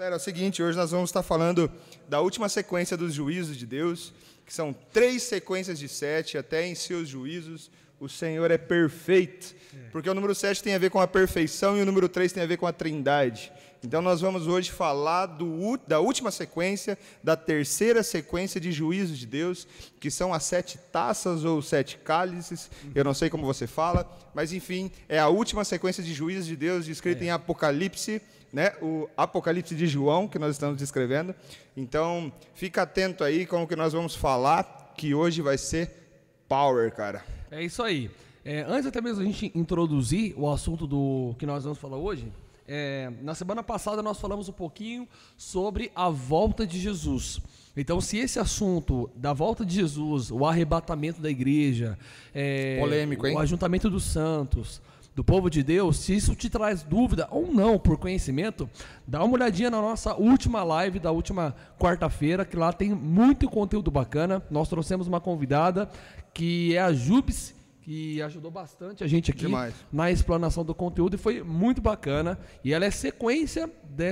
Galera, é o seguinte, hoje nós vamos estar falando da última sequência dos juízos de Deus, que são 3 sequências de 7, até em seus juízos o Senhor é perfeito, porque o número 7 tem a ver com a perfeição e o número 3 tem a ver com a trindade. Então nós vamos hoje falar da última sequência, da terceira sequência de juízos de Deus, que são as 7 taças ou 7 cálices, eu não sei como você fala, mas enfim, é a última sequência de juízos de Deus, descrita em Apocalipse, né? O Apocalipse de João, que nós estamos descrevendo. Então, fica atento aí com o que nós vamos falar, que hoje vai ser power, cara. É isso aí. Antes até mesmo a gente introduzir o assunto do que nós vamos falar hoje, na semana passada nós falamos um pouquinho sobre a volta de Jesus. Então, se esse assunto da volta de Jesus, o arrebatamento da igreja, polêmico, hein? O ajuntamento dos santos, do povo de Deus, se isso te traz dúvida ou não por conhecimento, dá uma olhadinha na nossa última live da última quarta-feira, que lá tem muito conteúdo bacana. Nós trouxemos uma convidada que é a Jubes, que ajudou bastante a gente aqui na explanação do conteúdo e foi muito bacana. E ela é sequência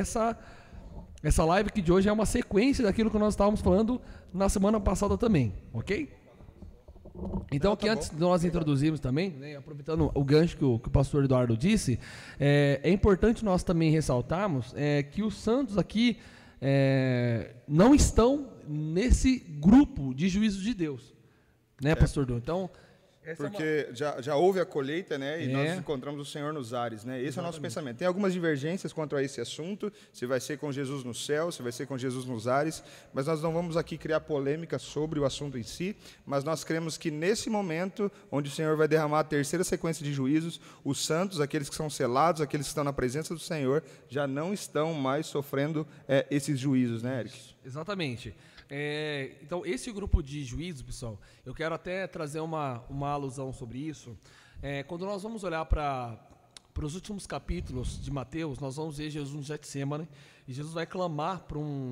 essa live que de hoje é uma sequência daquilo que nós estávamos falando na semana passada também, ok? Então, aqui antes de nós introduzirmos também, né, aproveitando o gancho que o pastor Eduardo disse, é importante nós também ressaltarmos que os santos aqui não estão nesse grupo de juízos de Deus, né, pastor Eduardo? Então, porque já houve a colheita, né? E nós encontramos o Senhor nos ares, né? Esse é o nosso pensamento. Tem algumas divergências quanto a esse assunto, se vai ser com Jesus no céu, se vai ser com Jesus nos ares, mas nós não vamos aqui criar polêmica sobre o assunto em si, mas nós cremos que nesse momento, onde o Senhor vai derramar a terceira sequência de juízos, os santos, aqueles que são selados, aqueles que estão na presença do Senhor, já não estão mais sofrendo esses juízos, né, Eric? Exatamente. Então, esse grupo de juízos, pessoal, eu quero até trazer uma alusão sobre isso. Quando nós vamos olhar para os últimos capítulos de Mateus, nós vamos ver Jesus no Getsêmani, e Jesus vai clamar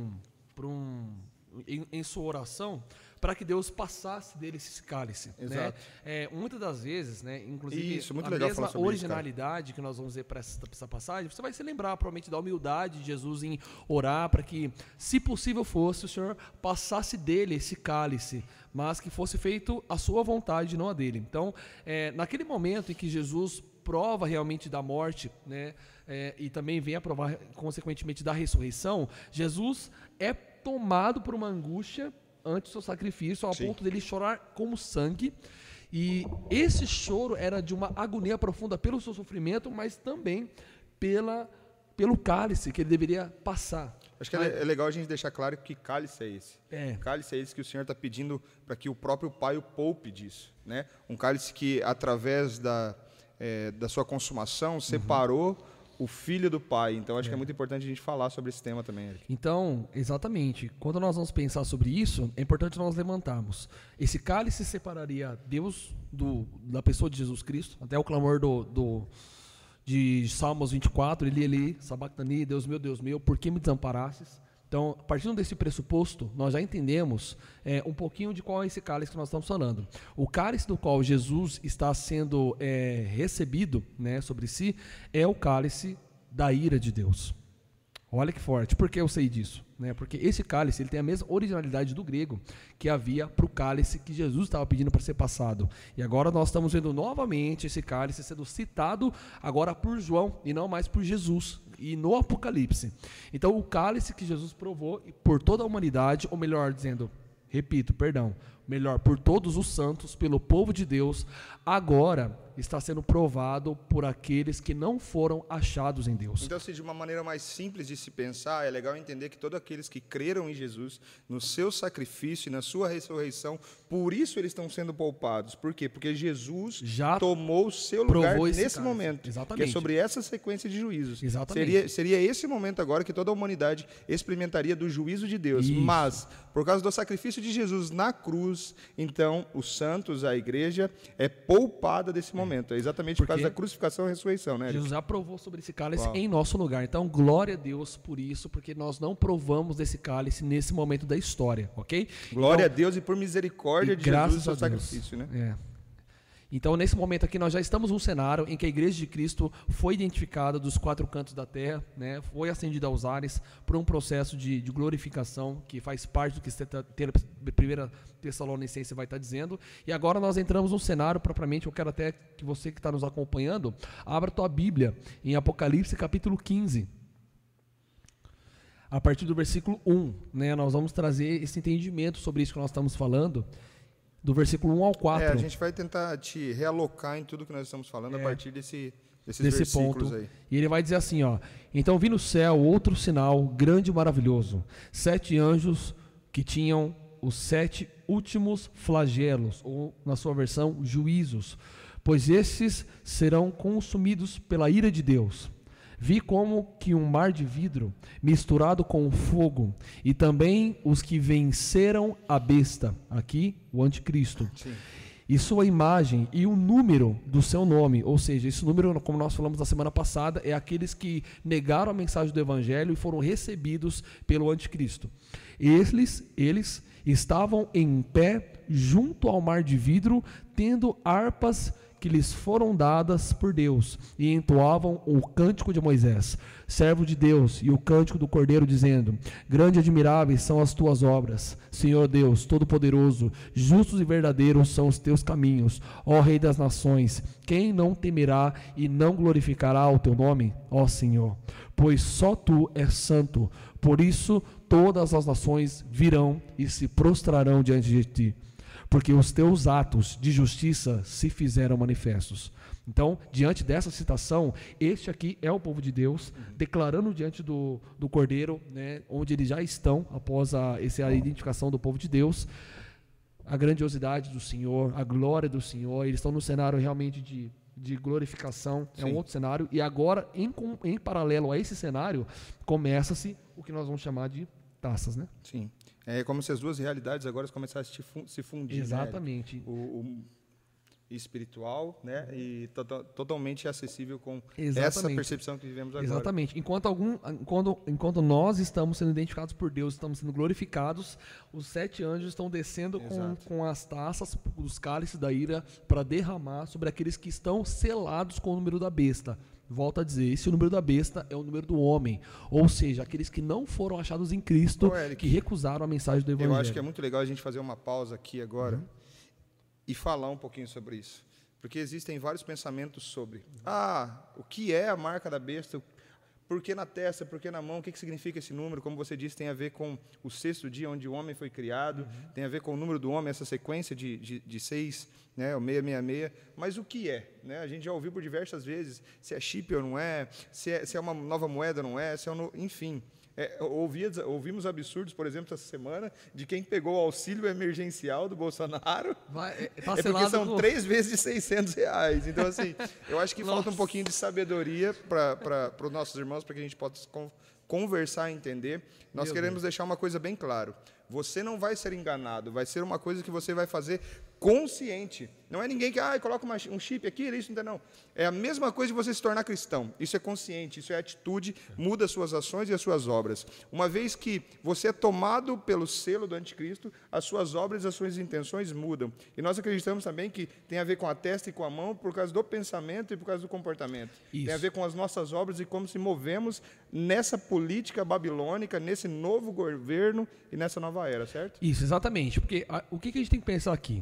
em sua oração para que Deus passasse dele esse cálice. Exato. Né? Muitas das vezes, né, inclusive isso, muito a legal mesma falar sobre originalidade isso, que nós vamos ver para essa passagem, você vai se lembrar provavelmente da humildade de Jesus em orar para que, se possível fosse, o Senhor passasse dele esse cálice, mas que fosse feito a sua vontade, não a dele. Então, naquele momento em que Jesus prova realmente da morte, né, e também vem a provar consequentemente da ressurreição, Jesus é tomado por uma angústia antes do seu sacrifício, ao ponto dele chorar como sangue, e esse choro era de uma agonia profunda pelo seu sofrimento, mas também pelo cálice que ele deveria passar. Acho que é legal a gente deixar claro que cálice é esse. Cálice é esse que o Senhor está pedindo para que o próprio Pai o poupe disso, né? Um cálice que, através da sua consumação, separou o filho do pai. Então, acho que é muito importante a gente falar sobre esse tema também, Eric. Então, exatamente. Quando nós vamos pensar sobre isso, é importante nós levantarmos. Esse cálice separaria Deus da pessoa de Jesus Cristo, até o clamor de Salmos 24, Eli, sabactani, Deus meu, por que me desamparastes? Então, partindo desse pressuposto, nós já entendemos um pouquinho de qual é esse cálice que nós estamos falando. O cálice do qual Jesus está sendo recebido, né, sobre si é o cálice da ira de Deus. Olha que forte. Por que eu sei disso? Né? Porque esse cálice ele tem a mesma originalidade do grego que havia para o cálice que Jesus estava pedindo para ser passado. E agora nós estamos vendo novamente esse cálice sendo citado agora por João e não mais por Jesus. E no Apocalipse. Então o cálice que Jesus provou por toda a humanidade, ou melhor dizendo, melhor, por todos os santos, pelo povo de Deus, agora está sendo provado por aqueles que não foram achados em Deus. Então, assim, de uma maneira mais simples de se pensar, é legal entender que todos aqueles que creram em Jesus, no seu sacrifício e na sua ressurreição, por isso eles estão sendo poupados. Por quê? Porque Jesus já tomou o seu lugar nesse momento. Exatamente. Que é sobre essa sequência de juízos. Exatamente. Seria esse momento agora que toda a humanidade experimentaria do juízo de Deus. Isso. Mas, por causa do sacrifício de Jesus na cruz, então, os santos, a igreja, é poupada desse momento. É exatamente por causa da crucificação e ressurreição, né, Eric? Jesus já provou sobre esse cálice em nosso lugar. Então, glória a Deus por isso, porque nós não provamos desse cálice nesse momento da história, ok? Glória a Deus e por misericórdia de Jesus e seu sacrifício, né? Então, nesse momento aqui, nós já estamos num cenário em que a Igreja de Cristo foi identificada dos 4 cantos da terra, né, foi acendida aos ares por um processo de glorificação, que faz parte do que a primeira Tessalonicense vai estar dizendo. E agora nós entramos num cenário, propriamente, eu quero até que você que está nos acompanhando, abra a tua Bíblia em Apocalipse capítulo 15. A partir do versículo 1, né, nós vamos trazer esse entendimento sobre isso que nós estamos falando, do versículo 1 ao 4. A gente vai tentar te realocar em tudo que nós estamos falando a partir desses desse versículos ponto. aí. E ele vai dizer assim, ó: então vi no céu outro sinal grande e maravilhoso, 7 anjos que tinham os 7 últimos flagelos, ou na sua versão, juízos, pois esses serão consumidos pela ira de Deus. Vi como que um mar de vidro misturado com fogo, e também os que venceram a besta, aqui o anticristo, Sim. e sua imagem e o número do seu nome, ou seja, esse número, como nós falamos na semana passada, é aqueles que negaram a mensagem do evangelho e foram recebidos pelo anticristo. Eles estavam em pé junto ao mar de vidro, tendo harpas que lhes foram dadas por Deus, e entoavam o cântico de Moisés, servo de Deus, e o cântico do Cordeiro, dizendo: grande e admiráveis são as tuas obras, Senhor Deus Todo-Poderoso, justos e verdadeiros são os teus caminhos, ó Rei das nações. Quem não temerá e não glorificará o teu nome, ó Senhor? Pois só tu és santo, por isso todas as nações virão e se prostrarão diante de ti, porque os teus atos de justiça se fizeram manifestos. Então, diante dessa citação, este aqui é o povo de Deus, declarando diante do Cordeiro, né, onde eles já estão, após a identificação do povo de Deus, a grandiosidade do Senhor, a glória do Senhor. Eles estão no cenário realmente de glorificação, é um outro cenário, e agora, em paralelo a esse cenário, começa-se o que nós vamos chamar de taças, né? Sim. É como se as duas realidades agora começassem a se fundir. Exatamente. Né? O espiritual, né? E totalmente acessível com essa percepção que vivemos agora. Exatamente. Enquanto nós estamos sendo identificados por Deus, estamos sendo glorificados, os 7 anjos estão descendo com as taças, os cálices da ira, para derramar sobre aqueles que estão selados com o número da besta. Volto a dizer, esse número da besta é o número do homem, ou seja, aqueles que não foram achados em Cristo, que recusaram a mensagem do Evangelho. Eu acho que é muito legal a gente fazer uma pausa aqui agora e falar um pouquinho sobre isso, porque existem vários pensamentos sobre o que é a marca da besta, por que na testa, por que na mão, o que significa esse número, como você disse, tem a ver com o 6º dia onde o homem foi criado, tem a ver com o número do homem, essa sequência de 6, né, o 666, mas o que é? Né? A gente já ouviu por diversas vezes se é chip ou não é, se é uma nova moeda ou não é, enfim. Ouvimos absurdos, por exemplo, essa semana, de quem pegou o auxílio emergencial do Bolsonaro, porque são 3 vezes de R$600. Então, assim, eu acho que falta um pouquinho de sabedoria para os nossos irmãos, para que a gente possa conversar e entender. Nós queremos deixar uma coisa bem clara: você não vai ser enganado, vai ser uma coisa que você vai fazer consciente. Não é ninguém que coloca um chip aqui, isso não. É a mesma coisa de você se tornar cristão. Isso é consciente, isso é atitude, muda as suas ações e as suas obras. Uma vez que você é tomado pelo selo do anticristo, as suas obras e as suas intenções mudam. E nós acreditamos também que tem a ver com a testa e com a mão por causa do pensamento e por causa do comportamento. Isso. Tem a ver com as nossas obras e como se movemos nessa política babilônica, nesse novo governo e nessa nova era, certo? Isso, exatamente. Porque o que a gente tem que pensar aqui?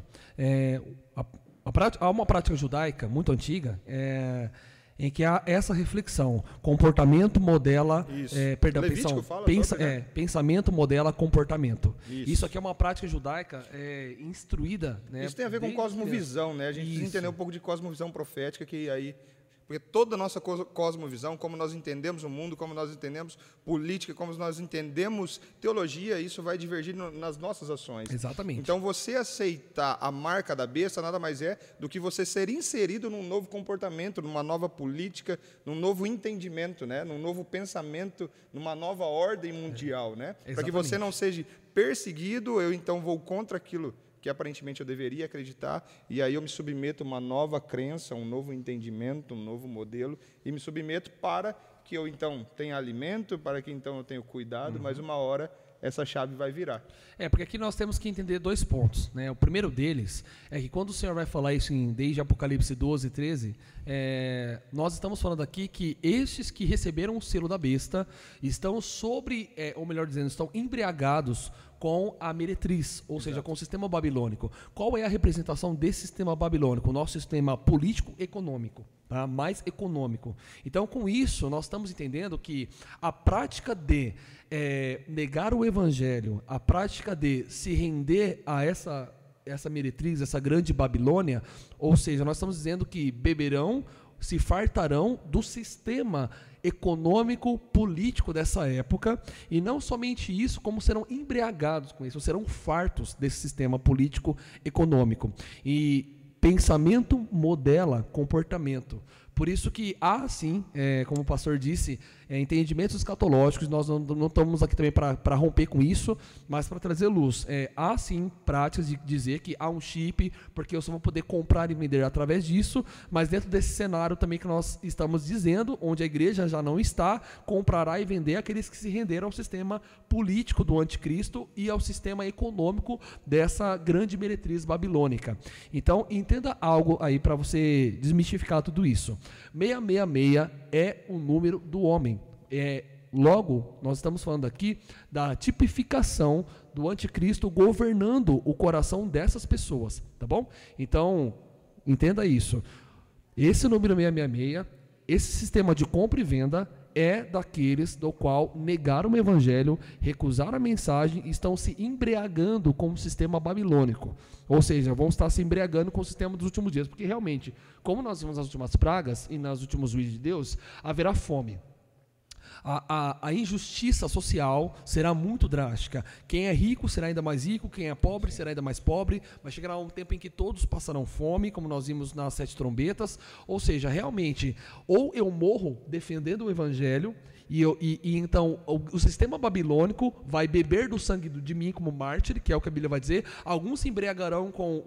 Há uma prática judaica muito antiga em que há essa reflexão: comportamento modela pensamento modela comportamento. Isso aqui é uma prática judaica instruída, né? Isso tem a ver com cosmovisão, né? A gente precisa entender um pouco de cosmovisão profética, que aí Porque toda a nossa cosmovisão, como nós entendemos o mundo, como nós entendemos política, como nós entendemos teologia, isso vai divergir nas nossas ações. Exatamente. Então, você aceitar a marca da besta nada mais é do que você ser inserido num novo comportamento, numa nova política, num novo entendimento, né? Num novo pensamento, numa nova ordem mundial, né? Para que você não seja perseguido, eu então vou contra aquilo que aparentemente eu deveria acreditar, e aí eu me submeto a uma nova crença, um novo entendimento, um novo modelo, e me submeto para que eu então tenha alimento, para que então eu tenha cuidado, mas uma hora essa chave vai virar. Porque aqui nós temos que entender 2 pontos, né? O primeiro deles é que quando o Senhor vai falar isso desde Apocalipse 12, 13, nós estamos falando aqui que estes que receberam o selo da besta estão ou melhor dizendo, estão embriagados com a meretriz, ou seja, com o sistema babilônico. Qual é a representação desse sistema babilônico? O nosso sistema político-econômico, tá? Mais econômico. Então, com isso, nós estamos entendendo que a prática de negar o evangelho, a prática de se render a essa meretriz, essa grande Babilônia, ou seja, nós estamos dizendo que beberão, se fartarão do sistema econômico, político dessa época, e não somente isso, como serão embriagados com isso, serão fartos desse sistema político econômico. E pensamento modela comportamento. Por isso que há, sim, como o pastor disse, entendimentos escatológicos, nós não estamos aqui também para romper com isso, mas para trazer luz. Há, sim, práticas de dizer que há um chip, porque eu só vou poder comprar e vender através disso, mas dentro desse cenário também que nós estamos dizendo, onde a igreja já não está, comprará e vender aqueles que se renderam ao sistema político do anticristo e ao sistema econômico dessa grande meretriz babilônica. Então, entenda algo aí para você desmistificar tudo isso. 666 é o número do homem. Logo, nós estamos falando aqui da tipificação do anticristo governando o coração dessas pessoas, tá bom? Então, entenda isso. Esse número 666, esse sistema de compra e venda é daqueles do qual negaram o evangelho, recusaram a mensagem e estão se embriagando com o sistema babilônico. Ou seja, vão estar se embriagando com o sistema dos últimos dias, porque realmente, como nós vimos nas últimas pragas e nos últimos juízes de Deus, haverá fome. A injustiça social será muito drástica. Quem é rico será ainda mais rico, quem é pobre será ainda mais pobre. Vai chegar um tempo em que todos passarão fome, como nós vimos nas 7 trombetas. Ou seja, realmente, ou eu morro defendendo o evangelho, e então o sistema babilônico vai beber do sangue de mim como mártir, que é o que a Bíblia vai dizer. Alguns se embriagarão com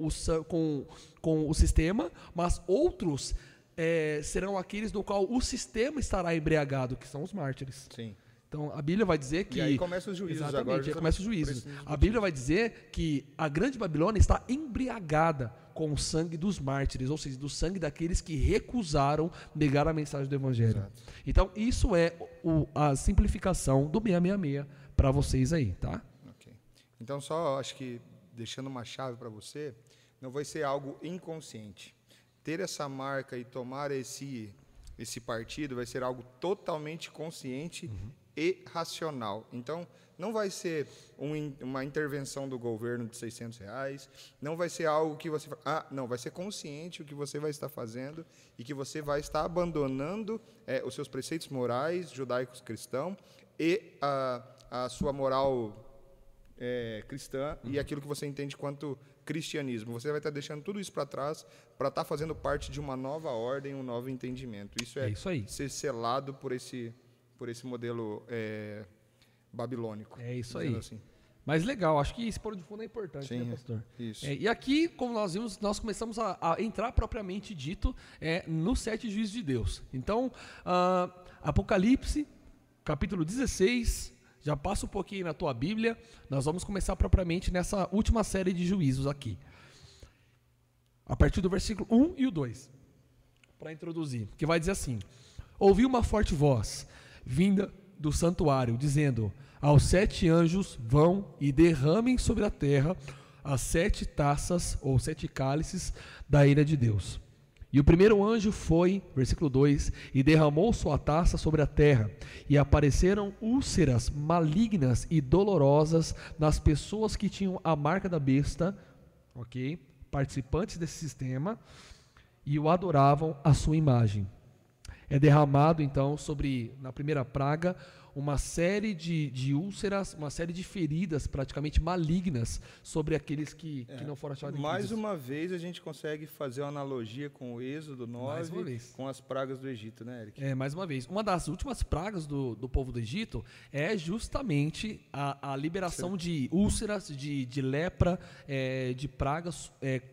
o sistema, mas outros serão aqueles do qual o sistema estará embriagado, que são os mártires. Sim. Então, a Bíblia vai dizer que... E aí começa os juízos agora. Aí começa os juízos. A Bíblia vai dizer que a grande Babilônia está embriagada com o sangue dos mártires, ou seja, do sangue daqueles que recusaram negar a mensagem do Evangelho. Exato. Então, isso é a simplificação do 666 para vocês aí, tá? Ok. Então, só acho que deixando uma chave para você, não vai ser algo inconsciente. Ter essa marca e tomar esse partido vai ser algo totalmente consciente e racional. Então, não vai ser uma intervenção do governo de R$600, não vai ser algo que você... não, vai ser consciente o que você vai estar fazendo e que você vai estar abandonando os seus preceitos morais judaicos cristãos e a sua moral cristã e aquilo que você entende quanto cristianismo. Você vai estar deixando tudo isso para trás para estar fazendo parte de uma nova ordem, um novo entendimento. Isso é isso aí. Ser selado por esse modelo babilônico. É isso aí. Assim. Mas legal, acho que esse pano de fundo é importante, sim, né, pastor? Isso. E aqui, como nós vimos, nós começamos a entrar propriamente dito nos 7 juízos de Deus. Então, Apocalipse, capítulo 16... Já passa um pouquinho na tua Bíblia, nós vamos começar propriamente nessa última série de juízos aqui. A partir do versículo 1 e o 2, para introduzir, que vai dizer assim: ouvi uma forte voz, vinda do santuário, dizendo, aos 7 anjos vão e derramem sobre a terra as 7 taças, ou 7 cálices, da ira de Deus. E o primeiro anjo foi, versículo 2, e derramou sua taça sobre a terra, e apareceram úlceras malignas e dolorosas nas pessoas que tinham a marca da besta, ok? Participantes desse sistema, e o adoravam a sua imagem. É derramado, então, na primeira praga, uma série de úlceras, uma série de feridas praticamente malignas sobre aqueles que não foram achados em Mais uma vez a gente consegue fazer uma analogia com o Êxodo 9, com as pragas do Egito, né, Eric? Mais uma vez. Uma das últimas pragas do povo do Egito é justamente a liberação de úlceras, de lepra, de pragas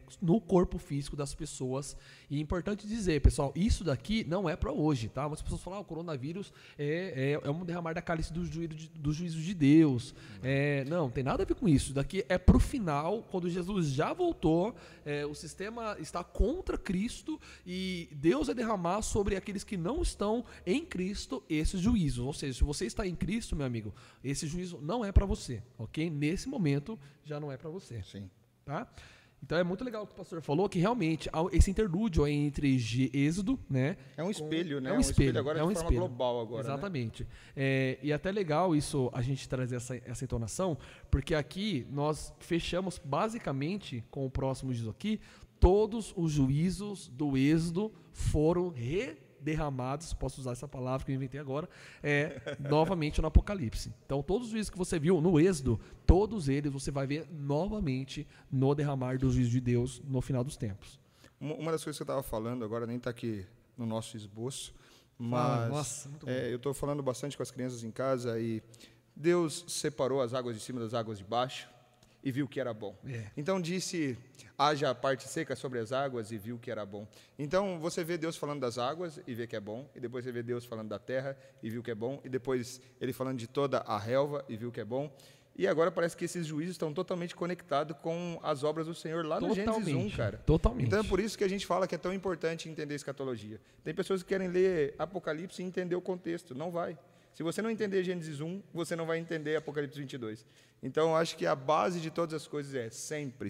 no corpo físico das pessoas. E é importante dizer, pessoal, isso daqui não é para hoje, tá? Muitas pessoas falam, o coronavírus é um derramar da cálice do juízo de Deus. Não tem nada a ver com isso. Isso daqui é para o final, quando Jesus já voltou, o sistema está contra Cristo e Deus vai derramar sobre aqueles que não estão em Cristo esses juízos. Ou seja, se você está em Cristo, meu amigo, esse juízo não é para você, ok? Nesse momento já não é para você. Sim. Tá? Então é muito legal o que o pastor falou, que realmente esse interlúdio entre Êxodo, né? É um espelho, né? É um espelho agora de forma global agora. Exatamente. Né? E até legal isso, a gente trazer essa entonação, porque aqui nós fechamos basicamente com o próximo juízo aqui, todos os juízos do Êxodo foram derramados, posso usar essa palavra que eu inventei agora, novamente no Apocalipse. Então, todos os juízos que você viu no Êxodo, todos eles você vai ver novamente no derramar do juízo de Deus no final dos tempos. Uma das coisas que eu estava falando, agora nem está aqui no nosso esboço, mas nossa, muito bom. Eu estou falando bastante com as crianças em casa e Deus separou as águas de cima das águas de baixo e viu que era bom. Então disse, haja a parte seca sobre as águas e viu que era bom. Então você vê Deus falando das águas e vê que é bom, e depois você vê Deus falando da terra e viu que é bom, e depois ele falando de toda a relva e viu que é bom. E agora parece que esses juízos estão totalmente conectados com as obras do Senhor lá no Gênesis 1, cara. Totalmente. Então é por isso que a gente fala que é tão importante entender escatologia. Tem pessoas que querem ler Apocalipse e entender o contexto. Não vai. Se você não entender Gênesis 1, você não vai entender Apocalipse 22. Então, eu acho que a base de todas as coisas é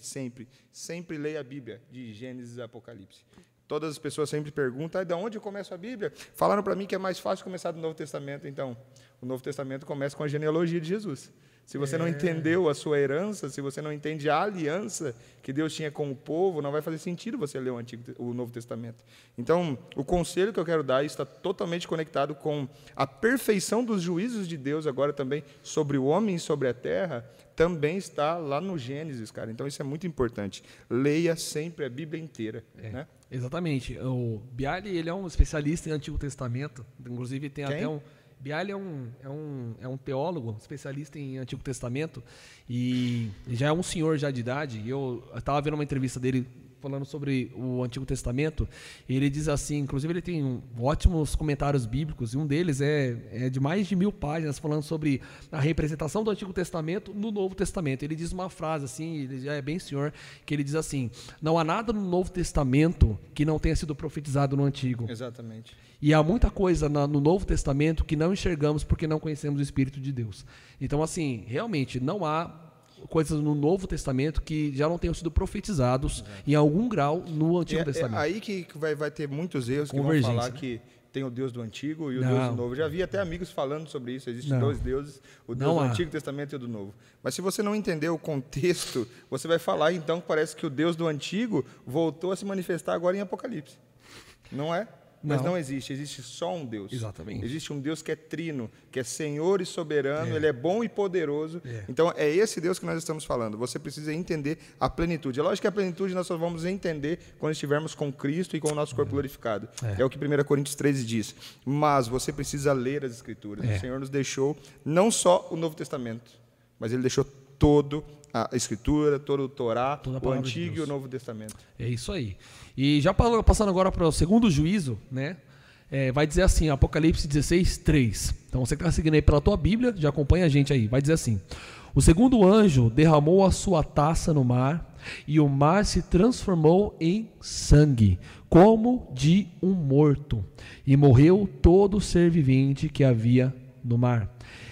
sempre leia a Bíblia, de Gênesis a Apocalipse. Todas as pessoas sempre perguntam, de onde eu começo a Bíblia? Falaram para mim que é mais fácil começar do Novo Testamento. Então, o Novo Testamento começa com a genealogia de Jesus. Se você não entendeu a sua herança, se você não entende a aliança que Deus tinha com o povo, não vai fazer sentido você ler o Novo Testamento. Então, o conselho que eu quero dar está totalmente conectado com a perfeição dos juízos de Deus agora também sobre o homem e sobre a terra, também está lá no Gênesis, cara. Então, isso é muito importante. Leia sempre a Bíblia inteira. Né? Exatamente. O Bialy, ele é um especialista em Antigo Testamento. Inclusive, tem até um... Bialy é um teólogo, especialista em Antigo Testamento, e já é um senhor já de idade. Eu estava vendo uma entrevista dele falando sobre o Antigo Testamento, e ele diz assim, inclusive ele tem ótimos comentários bíblicos, e um deles é de mais de 1000 páginas, falando sobre a representação do Antigo Testamento no Novo Testamento. Ele diz uma frase assim, ele já é bem senhor, que ele diz assim, não há nada no Novo Testamento que não tenha sido profetizado no Antigo. Exatamente. E há muita coisa no Novo Testamento que não enxergamos porque não conhecemos o Espírito de Deus. Então, assim, realmente, não há coisas no Novo Testamento que já não tenham sido profetizados em algum grau no Antigo Testamento. É aí que vai ter muitos erros que vão falar que tem o Deus do Antigo e o Deus do Novo. Já vi até amigos falando sobre isso. Existem dois deuses, o Deus do Antigo Testamento e o do Novo. Mas se você não entender o contexto, você vai falar, então, que parece que o Deus do Antigo voltou a se manifestar agora em Apocalipse. Não é? Mas não existe só um Deus. Exatamente. Existe um Deus que é trino, que é Senhor e soberano, Ele é bom e poderoso. Então, é esse Deus que nós estamos falando. Você precisa entender a plenitude. É lógico que a plenitude nós só vamos entender quando estivermos com Cristo e com o nosso corpo glorificado. É o que 1 Coríntios 13 diz. Mas você precisa ler as Escrituras. O Senhor nos deixou não só o Novo Testamento, mas Ele deixou todo a Escritura, todo o Torá, o Antigo e o Novo Testamento. É isso aí. E já passando agora para o segundo juízo, né? Vai dizer assim, Apocalipse 16, 3. Então você que está seguindo aí pela tua Bíblia, já acompanha a gente aí. Vai dizer assim: o segundo anjo derramou a sua taça no mar, e o mar se transformou em sangue, como de um morto, e morreu todo ser vivente que havia no mar.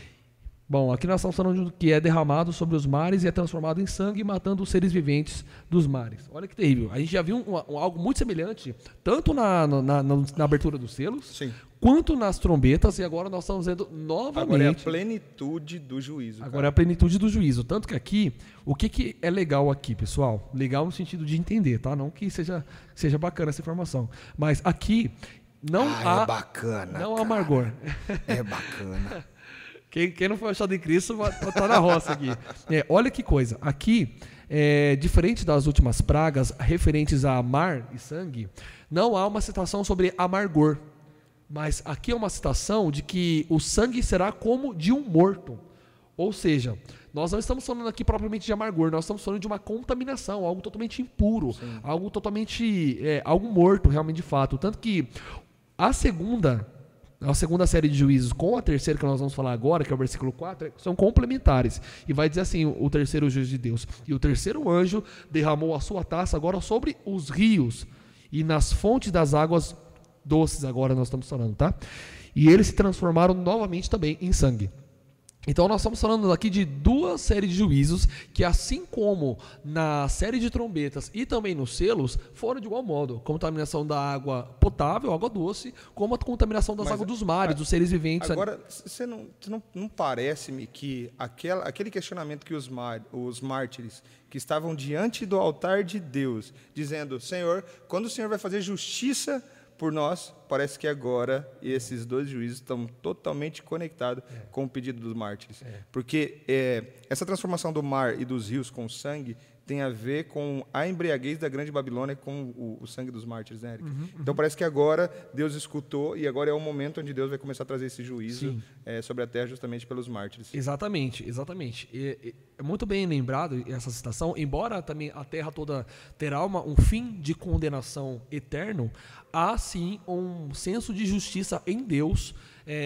Bom, aqui nós estamos falando que é derramado sobre os mares e é transformado em sangue, matando os seres viventes dos mares. Olha que terrível. A gente já viu algo muito semelhante, tanto na abertura dos selos, quanto nas trombetas, e agora nós estamos vendo novamente... Agora é a plenitude do juízo. Agora é a plenitude do juízo. Tanto que aqui, o que é legal aqui, pessoal? Legal no sentido de entender, tá? Não que seja bacana essa informação. Mas aqui não há... É bacana, não há amargor. É bacana. Quem não foi achado em Cristo está na roça aqui. Olha que coisa. Aqui, diferente das últimas pragas referentes a mar e sangue, não há uma citação sobre amargor. Mas aqui é uma citação de que o sangue será como de um morto. Ou seja, nós não estamos falando aqui propriamente de amargor, nós estamos falando de uma contaminação, algo totalmente impuro, algo totalmente, algo morto realmente de fato. Tanto que a segunda série de juízos com a terceira que nós vamos falar agora, que é o versículo 4, são complementares. E vai dizer assim, o terceiro juízo de Deus: e o terceiro anjo derramou a sua taça agora sobre os rios e nas fontes das águas doces, agora nós estamos falando, tá? E eles se transformaram novamente também em sangue. Então nós estamos falando aqui de duas séries de juízos que, assim como na série de trombetas e também nos selos, foram de igual modo. Contaminação da água potável, água doce, como a contaminação das águas dos mares, dos seres viventes. Agora, você não parece-me que aquele questionamento que os mártires que estavam diante do altar de Deus, dizendo: Senhor, quando o Senhor vai fazer justiça por nós, parece que agora esses dois juízos estão totalmente conectados com o pedido dos mártires. Porque essa transformação do mar e dos rios com sangue tem a ver com a embriaguez da grande Babilônia com o sangue dos mártires, né, Eric? Então parece que agora Deus escutou e agora é o momento onde Deus vai começar a trazer esse juízo sobre a terra justamente pelos mártires. Exatamente. É muito bem lembrado essa citação, embora também a terra toda terá um fim de condenação eterno, há sim um senso de justiça em Deus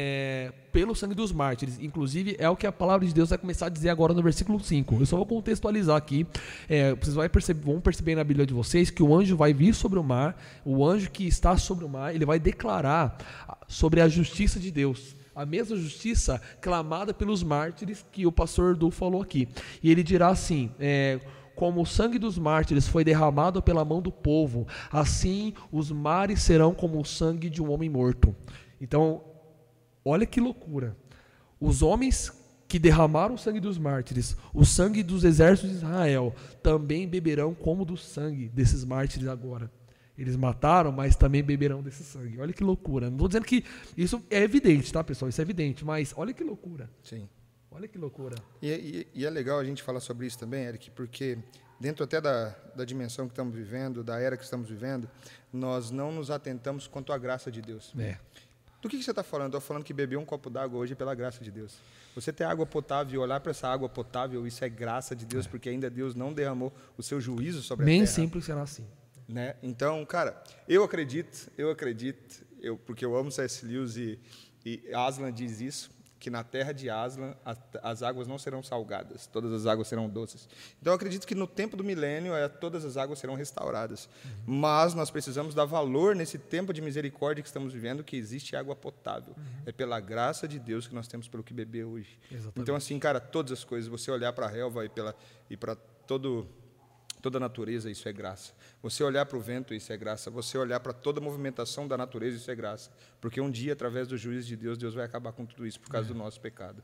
pelo sangue dos mártires. Inclusive é o que a palavra de Deus vai começar a dizer agora no versículo 5. Eu só vou contextualizar aqui. Vocês vão perceber na Bíblia de vocês que o anjo vai vir sobre o mar, o anjo que está sobre o mar, ele vai declarar sobre a justiça de Deus, a mesma justiça clamada pelos mártires que o pastor Du falou aqui. E ele dirá assim: como o sangue dos mártires foi derramado pela mão do povo, assim os mares serão como o sangue de um homem morto. Então, olha que loucura. Os homens que derramaram o sangue dos mártires, o sangue dos exércitos de Israel, também beberão como do sangue desses mártires agora. Eles mataram, mas também beberão desse sangue. Olha que loucura. Não estou dizendo que isso é evidente, tá, pessoal? Isso é evidente, mas olha que loucura. Sim. Olha que loucura. E é legal a gente falar sobre isso também, Eric, porque dentro até da dimensão que estamos vivendo, da era que estamos vivendo, nós não nos atentamos quanto à graça de Deus. Do que você está falando? Estou falando que beber um copo d'água hoje é pela graça de Deus. Você ter água potável e olhar para essa água potável, isso é graça de Deus, porque ainda Deus não derramou o seu juízo sobre a terra. Nem sempre será assim. Né? Então, cara, eu acredito, porque eu amo C.S. Lewis e Aslan diz isso, que na terra de Aslan as águas não serão salgadas, todas as águas serão doces. Então, eu acredito que no tempo do milênio todas as águas serão restauradas. Mas nós precisamos dar valor nesse tempo de misericórdia que estamos vivendo, que existe água potável. É pela graça de Deus que nós temos pelo que beber hoje. Exatamente. Então, assim, cara, todas as coisas, você olhar para a relva e para toda a natureza, isso é graça. Você olhar para o vento, isso é graça. Você olhar para toda a movimentação da natureza, isso é graça. Porque um dia, através do juízo de Deus, Deus vai acabar com tudo isso por causa do nosso pecado.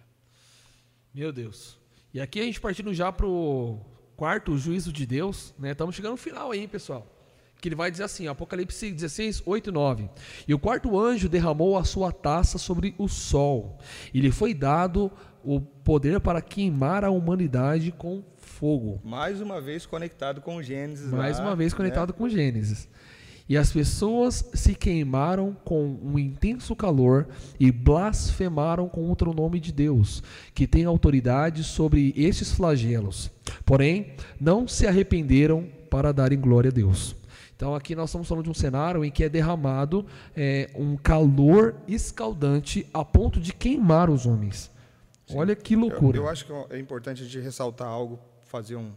Meu Deus. E aqui a gente partindo já para o quarto juízo de Deus, né? Estamos chegando no final aí, hein, pessoal. Que ele vai dizer assim, Apocalipse 16, 8 e 9. E o quarto anjo derramou a sua taça sobre o sol, e lhe foi dado o poder para queimar a humanidade com fogo. Mais uma vez conectado com Gênesis. Com Gênesis. E as pessoas se queimaram com um intenso calor e blasfemaram contra o nome de Deus, que tem autoridade sobre estes flagelos. Porém, não se arrependeram para darem glória a Deus. Então aqui nós estamos falando de um cenário em que é derramado um calor escaldante a ponto de queimar os homens. Sim. Olha que loucura. Eu acho que é importante a gente ressaltar algo, fazer um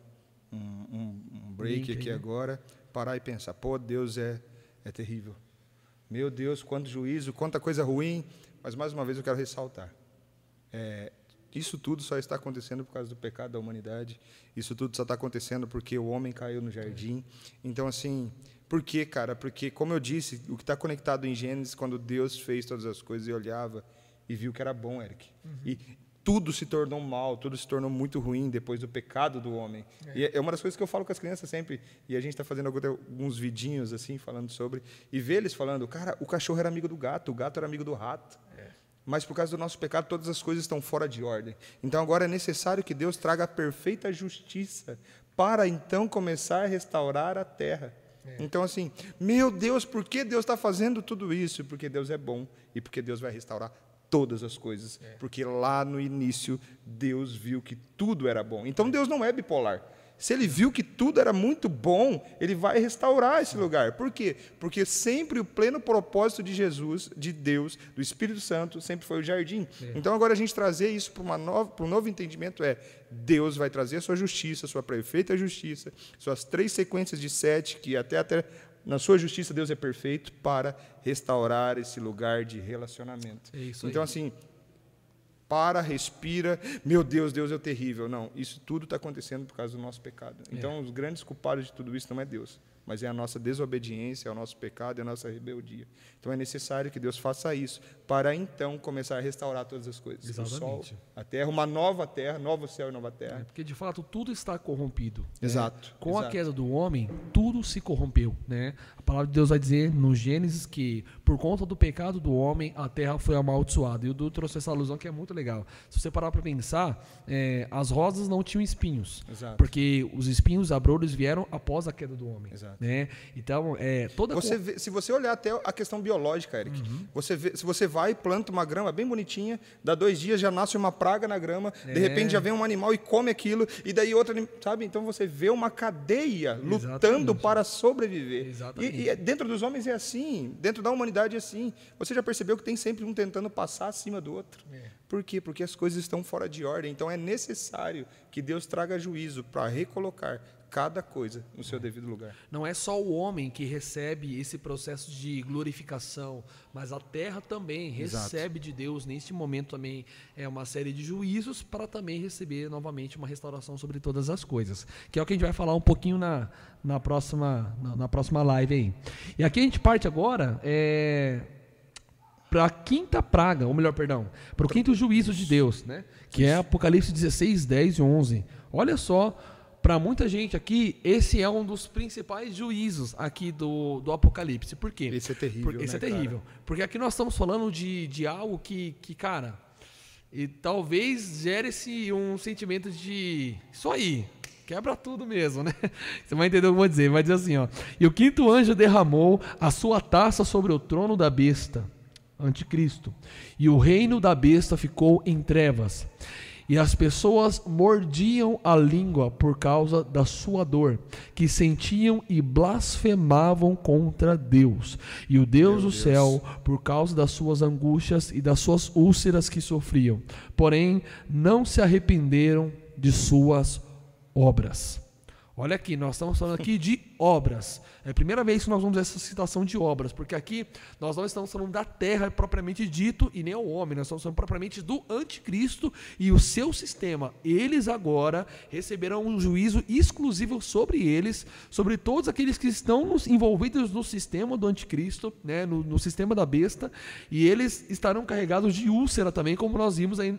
break aqui agora, parar e pensar, pô, Deus é terrível. Meu Deus, quanto juízo, quanta coisa ruim, mas mais uma vez eu quero ressaltar. Isso tudo só está acontecendo por causa do pecado da humanidade, isso tudo só está acontecendo porque o homem caiu no jardim. Então, assim, por quê, cara? Porque, como eu disse, o que está conectado em Gênesis, quando Deus fez todas as coisas e olhava e viu que era bom, Eric. E tudo se tornou mal, tudo se tornou muito ruim depois do pecado do homem. E é uma das coisas que eu falo com as crianças sempre, e a gente está fazendo alguns vidinhos assim, falando sobre, e ver eles falando, cara, o cachorro era amigo do gato, o gato era amigo do rato. Mas por causa do nosso pecado, todas as coisas estão fora de ordem. Então agora é necessário que Deus traga a perfeita justiça para então começar a restaurar a terra. Então assim, meu Deus, por que Deus está fazendo tudo isso? Porque Deus é bom e porque Deus vai restaurar todas as coisas, porque lá no início Deus viu que tudo era bom. Então Deus não é bipolar. Se ele viu que tudo era muito bom, ele vai restaurar esse lugar. Por quê? Porque sempre o pleno propósito de Jesus, de Deus, do Espírito Santo, sempre foi o jardim. Então agora a gente trazer isso para um novo entendimento Deus vai trazer a sua justiça, a sua perfeita justiça, suas 3 sequências de 7, que até na sua justiça Deus é perfeito, para restaurar esse lugar de relacionamento. Então assim, respira, meu Deus, Deus é terrível. Não, isso tudo está acontecendo por causa do nosso pecado. Então, os grandes culpados de tudo isso não é Deus, mas é a nossa desobediência, é o nosso pecado, é a nossa rebeldia. Então, é necessário que Deus faça isso para, então, começar a restaurar todas as coisas. Exatamente. O sol, a terra, uma nova terra, novo céu e nova terra. Porque, de fato, tudo está corrompido. Exato. Né? Com a queda do homem, tudo se corrompeu. Né? A palavra de Deus vai dizer no Gênesis que, por conta do pecado do homem, a terra foi amaldiçoada. E o Du trouxe essa alusão que é muito legal. Se você parar para pensar, as rosas não tinham espinhos. Exato. Porque os espinhos, os abrolhos, vieram após a queda do homem. Exato. Né? Então, se você olhar até a questão biológica, Eric, se você vai e planta uma grama bem bonitinha, dá 2 dias, já nasce uma praga na grama, de repente já vem um animal e come aquilo, e daí outro, sabe? Então você vê uma cadeia lutando para sobreviver. E dentro dos homens é assim, dentro da humanidade é assim. Você já percebeu que tem sempre um tentando passar acima do outro? Por quê? Porque as coisas estão fora de ordem. Então é necessário que Deus traga juízo para recolocar cada coisa no seu devido lugar. Não é só o homem que recebe esse processo de glorificação, mas a terra também recebe de Deus, neste momento também, uma série de juízos para também receber novamente uma restauração sobre todas as coisas, que é o que a gente vai falar um pouquinho na próxima live aí. E aqui a gente parte agora para a quinta praga, ou melhor, perdão, para o quinto juízo de Deus, né? Que é Apocalipse 16, 10 e 11. Olha só, para muita gente aqui, esse é um dos principais juízos aqui do Apocalipse. Por quê? Esse é terrível, Esse é terrível. Porque aqui nós estamos falando de algo que, cara, e talvez gere-se um sentimento de isso aí, quebra tudo mesmo, né? Você vai entender o que eu vou dizer. Vai dizer assim, ó: e o quinto anjo derramou a sua taça sobre o trono da besta, anticristo, e o reino da besta ficou em trevas. E as pessoas mordiam a língua por causa da sua dor, que sentiam, e blasfemavam contra Deus. E o Deus do céu, por causa das suas angústias e das suas úlceras que sofriam. Porém, não se arrependeram de suas obras. Olha aqui, nós estamos falando aqui de obras. É a primeira vez que nós vamos ver essa citação de obras, porque aqui nós não estamos falando da terra propriamente dito e nem ao homem, nós estamos falando propriamente do anticristo e o seu sistema. Eles agora receberão um juízo exclusivo sobre eles, sobre todos aqueles que estão envolvidos no sistema do anticristo, né, no sistema da besta, e eles estarão carregados de úlcera também, como nós vimos aí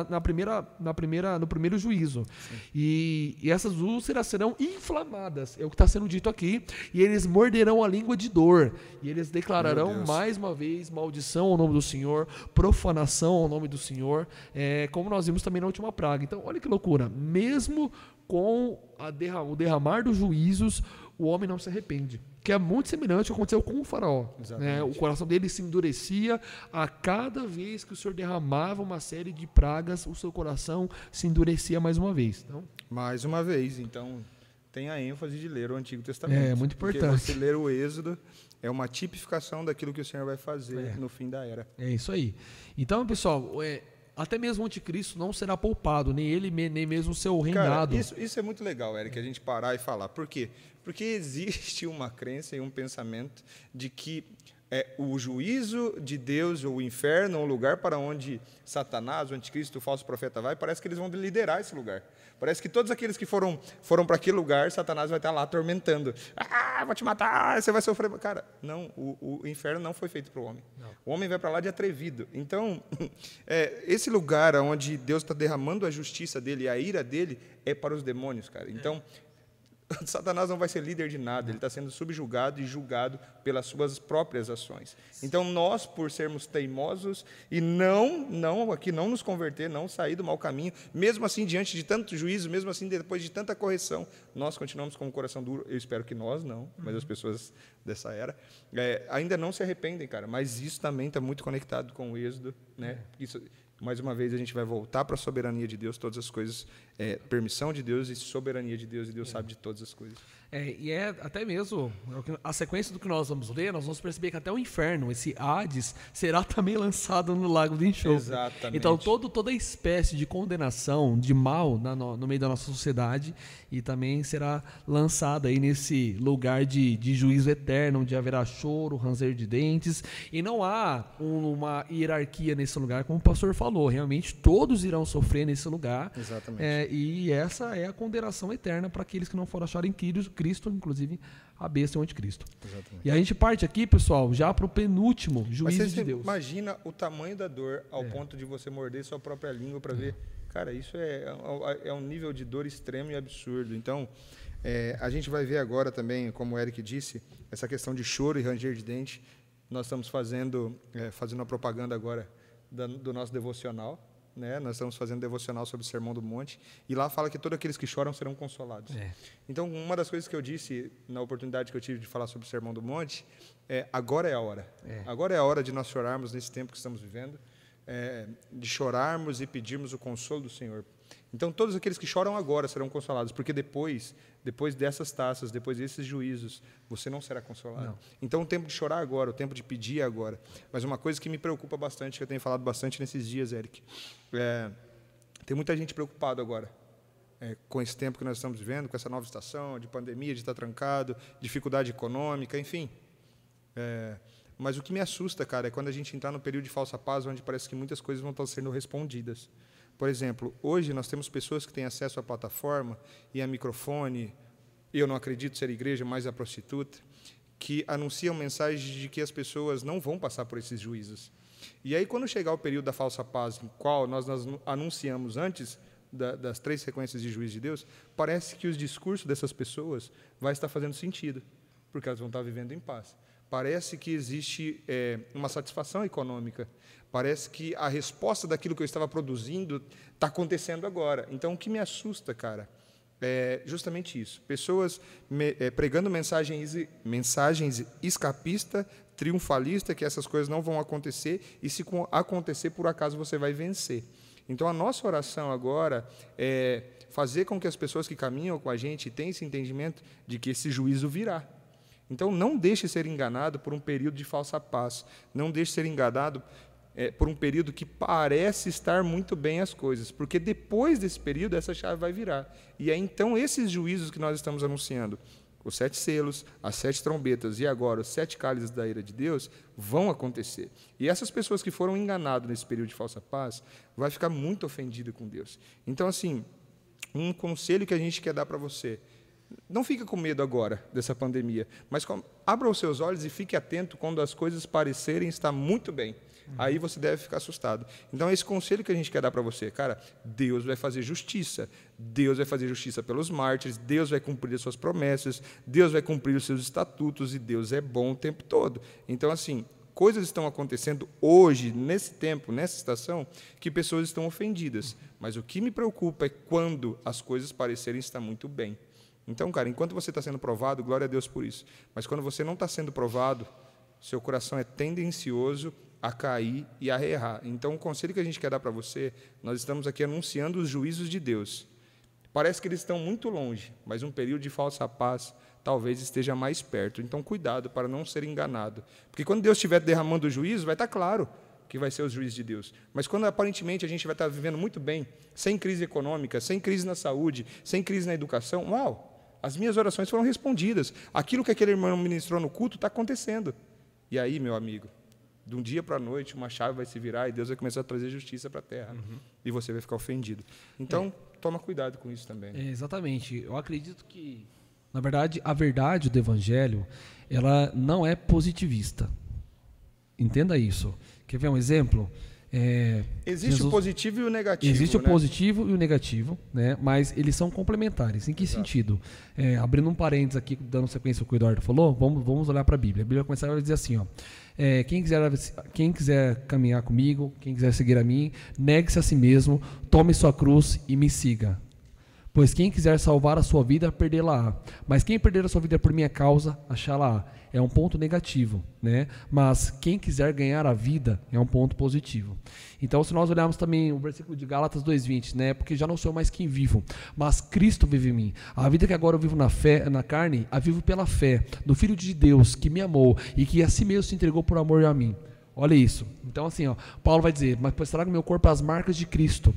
no primeiro juízo. E essas úlceras serão inflamadas, é o que está sendo dito aqui, e eles morderão a língua de dor, e eles declararão mais uma vez maldição ao nome do Senhor, profanação ao nome do Senhor, como nós vimos também na última praga. Então, olha que loucura, mesmo com o derramar dos juízos, o homem não se arrepende, que é muito semelhante ao que aconteceu com o faraó, né? O coração dele se endurecia a cada vez que o Senhor derramava uma série de pragas, o seu coração se endurecia mais uma vez. Então, mais uma vez, então tem a ênfase de ler o Antigo Testamento. É muito importante. Porque você ler o Êxodo é uma tipificação daquilo que o Senhor vai fazer no fim da era. É isso aí. Então, pessoal, até mesmo o anticristo não será poupado, nem ele, nem mesmo o seu reinado. Cara, isso é muito legal, Eric, a gente parar e falar. Por quê? Porque existe uma crença e um pensamento de que o juízo de Deus, ou o inferno, ou o lugar para onde Satanás, o anticristo, o falso profeta vai, parece que eles vão liderar esse lugar. Parece que todos aqueles que foram para aquele lugar, Satanás vai estar lá atormentando. Vou te matar, você vai sofrer. Cara, não, o inferno não foi feito para o homem. Não. O homem vai para lá de atrevido. Então, esse lugar onde Deus está derramando a justiça dele e a ira dele é para os demônios, cara. Então, Satanás não vai ser líder de nada, ele está sendo subjugado e julgado pelas suas próprias ações. Então, nós, por sermos teimosos e não nos converter, não sair do mau caminho, mesmo assim, diante de tanto juízo, mesmo assim, depois de tanta correção, nós continuamos com o coração duro. Eu espero que nós não, mas as pessoas dessa era, ainda não se arrependem, cara. Mas isso também está muito conectado com o Êxodo, né? Isso, mais uma vez, a gente vai voltar para a soberania de Deus, todas as coisas, permissão de Deus e soberania de Deus, e Deus sabe de todas as coisas. E até mesmo a sequência do que nós vamos ler, nós vamos perceber que até o inferno, esse Hades, será também lançado no lago de enxofre. Exatamente. Então, toda espécie de condenação, de mal no meio da nossa sociedade, e também será lançada aí nesse lugar de juízo eterno, onde haverá choro, ranger de dentes, e não há uma hierarquia nesse lugar, como o pastor falou, realmente todos irão sofrer nesse lugar. Exatamente. E essa é a condenação eterna para aqueles que não foram achar em Cristo, inclusive a besta e o anticristo. Exatamente. E a gente parte aqui, pessoal, já para o penúltimo juízo de Deus. Imagina o tamanho da dor ao ponto de você morder sua própria língua para ver. Cara, isso é um nível de dor extremo e absurdo. Então, a gente vai ver agora também, como o Eric disse, essa questão de choro e ranger de dente. Nós estamos fazendo uma propaganda agora do nosso devocional. Né? Nós estamos fazendo devocional sobre o Sermão do Monte, e lá fala que todos aqueles que choram serão consolados. Então, uma das coisas que eu disse na oportunidade que eu tive de falar sobre o Sermão do Monte, agora é a hora. Agora é a hora de nós chorarmos nesse tempo que estamos vivendo, de chorarmos e pedirmos o consolo do Senhor. Então, todos aqueles que choram agora serão consolados, porque depois dessas taças, depois desses juízos, você não será consolado. Não. Então, o tempo de chorar agora, o tempo de pedir agora. Mas uma coisa que me preocupa bastante, que eu tenho falado bastante nesses dias, Eric, tem muita gente preocupada agora com esse tempo que nós estamos vivendo, com essa nova estação de pandemia, de estar trancado, dificuldade econômica, enfim. Mas o que me assusta, cara, é quando a gente entrar no período de falsa paz, onde parece que muitas coisas vão estar sendo respondidas. Por exemplo, hoje nós temos pessoas que têm acesso à plataforma e a microfone, eu não acredito ser igreja, mas a prostituta, que anunciam mensagens de que as pessoas não vão passar por esses juízos. E aí, quando chegar o período da falsa paz, em qual nós anunciamos antes das 3 sequências de juízo de Deus, parece que os discursos dessas pessoas vai estar fazendo sentido, porque elas vão estar vivendo em paz. Parece que existe uma satisfação econômica. Parece que a resposta daquilo que eu estava produzindo está acontecendo agora. Então, o que me assusta, cara, é justamente isso. Pessoas pregando mensagens escapista, triunfalista, que essas coisas não vão acontecer, e se acontecer, por acaso, você vai vencer. Então, a nossa oração agora é fazer com que as pessoas que caminham com a gente tenham esse entendimento de que esse juízo virá. Então, não deixe ser enganado por um período de falsa paz. Não deixe ser enganado por um período que parece estar muito bem as coisas. Porque depois desse período, essa chave vai virar. E é então esses juízos que nós estamos anunciando, os 7 selos, as 7 trombetas e agora os 7 cálices da ira de Deus, vão acontecer. E essas pessoas que foram enganadas nesse período de falsa paz, vai ficar muito ofendidas com Deus. Então, assim, um conselho que a gente quer dar para você: não fica com medo agora dessa pandemia, mas abra os seus olhos e fique atento quando as coisas parecerem estar muito bem. Aí você deve ficar assustado. Então, esse conselho que a gente quer dar para você, cara, Deus vai fazer justiça. Deus vai fazer justiça pelos mártires, Deus vai cumprir as suas promessas, Deus vai cumprir os seus estatutos, e Deus é bom o tempo todo. Então, assim, coisas estão acontecendo hoje, nesse tempo, nessa estação, que pessoas estão ofendidas. Mas o que me preocupa é quando as coisas parecerem estar muito bem. Então, cara, enquanto você está sendo provado, glória a Deus por isso. Mas quando você não está sendo provado, seu coração é tendencioso a cair e a errar. Então, o conselho que a gente quer dar para você, nós estamos aqui anunciando os juízos de Deus. Parece que eles estão muito longe, mas um período de falsa paz talvez esteja mais perto. Então, cuidado para não ser enganado. Porque quando Deus estiver derramando o juízo, vai estar claro que vai ser os juízos de Deus. Mas quando aparentemente a gente vai estar vivendo muito bem, sem crise econômica, sem crise na saúde, sem crise na educação, uau, as minhas orações foram respondidas. Aquilo que aquele irmão ministrou no culto está acontecendo. E aí, meu amigo, de um dia para a noite, uma chave vai se virar e Deus vai começar a trazer justiça para a terra. E você vai ficar ofendido. Então, toma cuidado com isso também. Exatamente. Eu acredito que, na verdade, a verdade do Evangelho, ela não é positivista. Entenda isso. Quer ver um exemplo? Existe o positivo e o negativo. Existe o né? positivo e o negativo, né? Mas eles são complementares. Em que sentido? Abrindo um parênteses aqui, dando sequência ao que o Eduardo falou, vamos olhar para a Bíblia. A Bíblia começa a dizer assim, ó, quem quiser caminhar comigo, quem quiser seguir a mim, negue-se a si mesmo, tome sua cruz e me siga. Pois quem quiser salvar a sua vida, perdê-la-á. Mas quem perder a sua vida por minha causa, achá-la-á. É um ponto negativo, né? Mas quem quiser ganhar a vida, é um ponto positivo. Então, se nós olharmos também o versículo de Gálatas 2:20, né? Porque já não sou mais quem vivo, mas Cristo vive em mim. A vida que agora eu vivo na carne, a vivo pela fé do Filho de Deus, que me amou e que a si mesmo se entregou por amor a mim. Olha isso. Então, assim, ó, Paulo vai dizer, mas trago meu corpo às marcas de Cristo.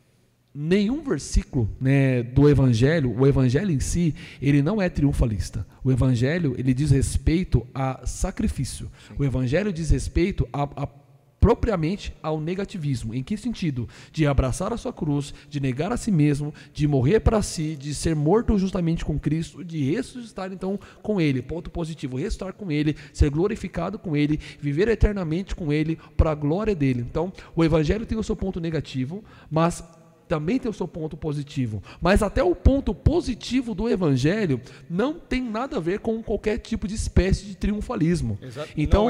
Nenhum versículo, né, do Evangelho, o Evangelho em si, ele não é triunfalista. O Evangelho, ele diz respeito a sacrifício. Sim. O Evangelho diz respeito propriamente ao negativismo. Em que sentido? De abraçar a sua cruz, de negar a si mesmo, de morrer para si, de ser morto justamente com Cristo, de ressuscitar então com Ele. Ponto positivo, ressuscitar com Ele, ser glorificado com Ele, viver eternamente com Ele, para a glória dEle. Então, o Evangelho tem o seu ponto negativo, mas também tem o seu ponto positivo, mas até o ponto positivo do Evangelho não tem nada a ver com qualquer tipo de espécie de triunfalismo. Exato. Então,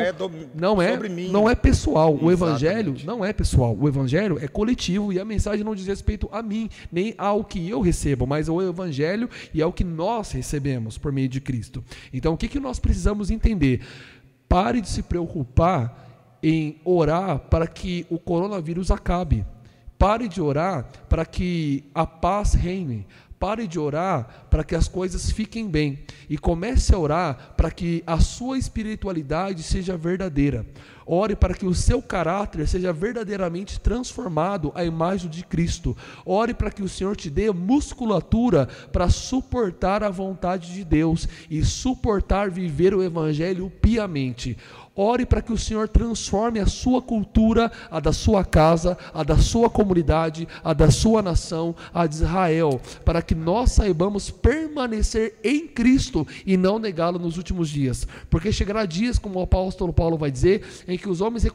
não é pessoal. Exatamente. O Evangelho não é pessoal. O Evangelho é coletivo e a mensagem não diz respeito a mim, nem ao que eu recebo, mas ao Evangelho e ao que nós recebemos por meio de Cristo. Então, o que nós precisamos entender? Pare de se preocupar em orar para que o coronavírus acabe. Pare de orar para que a paz reine. Pare de orar para que as coisas fiquem bem. E comece a orar para que a sua espiritualidade seja verdadeira. Ore para que o seu caráter seja verdadeiramente transformado à imagem de Cristo. Ore para que o Senhor te dê musculatura para suportar a vontade de Deus e suportar viver o Evangelho piamente. Ore para que o Senhor transforme a sua cultura, a da sua casa, a da sua comunidade, a da sua nação, a de Israel, para que nós saibamos permanecer em Cristo e não negá-lo nos últimos dias. Porque chegará dias, como o apóstolo Paulo vai dizer, em que os homens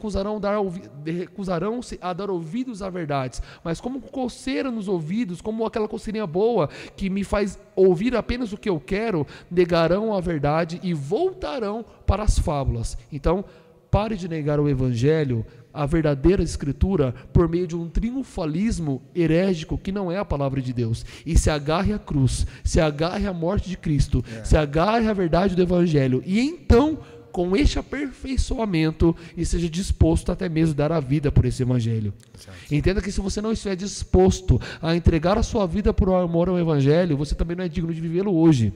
recusarão-se a dar ouvidos à verdade, mas como coceira nos ouvidos, como aquela coceirinha boa que me faz ouvir apenas o que eu quero, negarão a verdade e voltarão para as fábulas. Então, pare de negar o Evangelho, a verdadeira Escritura, por meio de um triunfalismo herégico que não é a palavra de Deus. E se agarre à cruz, se agarre à morte de Cristo, se agarre à verdade do Evangelho. E então, com este aperfeiçoamento, e seja disposto até mesmo a dar a vida por esse Evangelho. Entenda que se você não estiver disposto a entregar a sua vida por amor ao Evangelho, você também não é digno de vivê-lo hoje.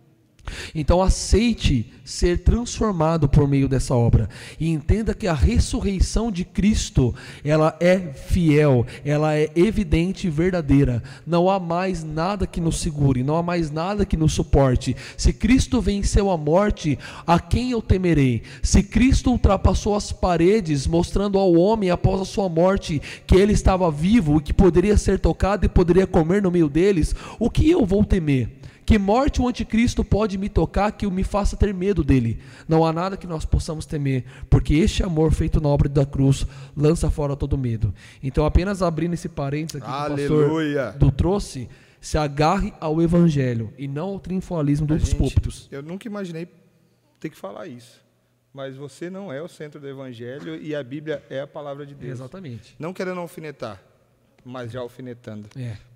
Então aceite ser transformado por meio dessa obra e entenda que a ressurreição de Cristo, ela é fiel, ela é evidente e verdadeira. Não há mais nada que nos segure, não há mais nada que nos suporte. Se Cristo venceu a morte, a quem eu temerei? Se Cristo ultrapassou as paredes, mostrando ao homem após a sua morte que ele estava vivo e que poderia ser tocado e poderia comer no meio deles, o que eu vou temer? Que morte o anticristo pode me tocar que me faça ter medo dele? Não há nada que nós possamos temer, porque este amor feito na obra da cruz lança fora todo medo. Então, apenas abrindo esse parênteses aqui que o pastor Du trouxe, se agarre ao Evangelho e não ao triunfalismo dos púlpitos. Eu nunca imaginei ter que falar isso, mas você não é o centro do Evangelho e a Bíblia é a palavra de Deus. Exatamente. Não querendo alfinetar, mas já alfinetando.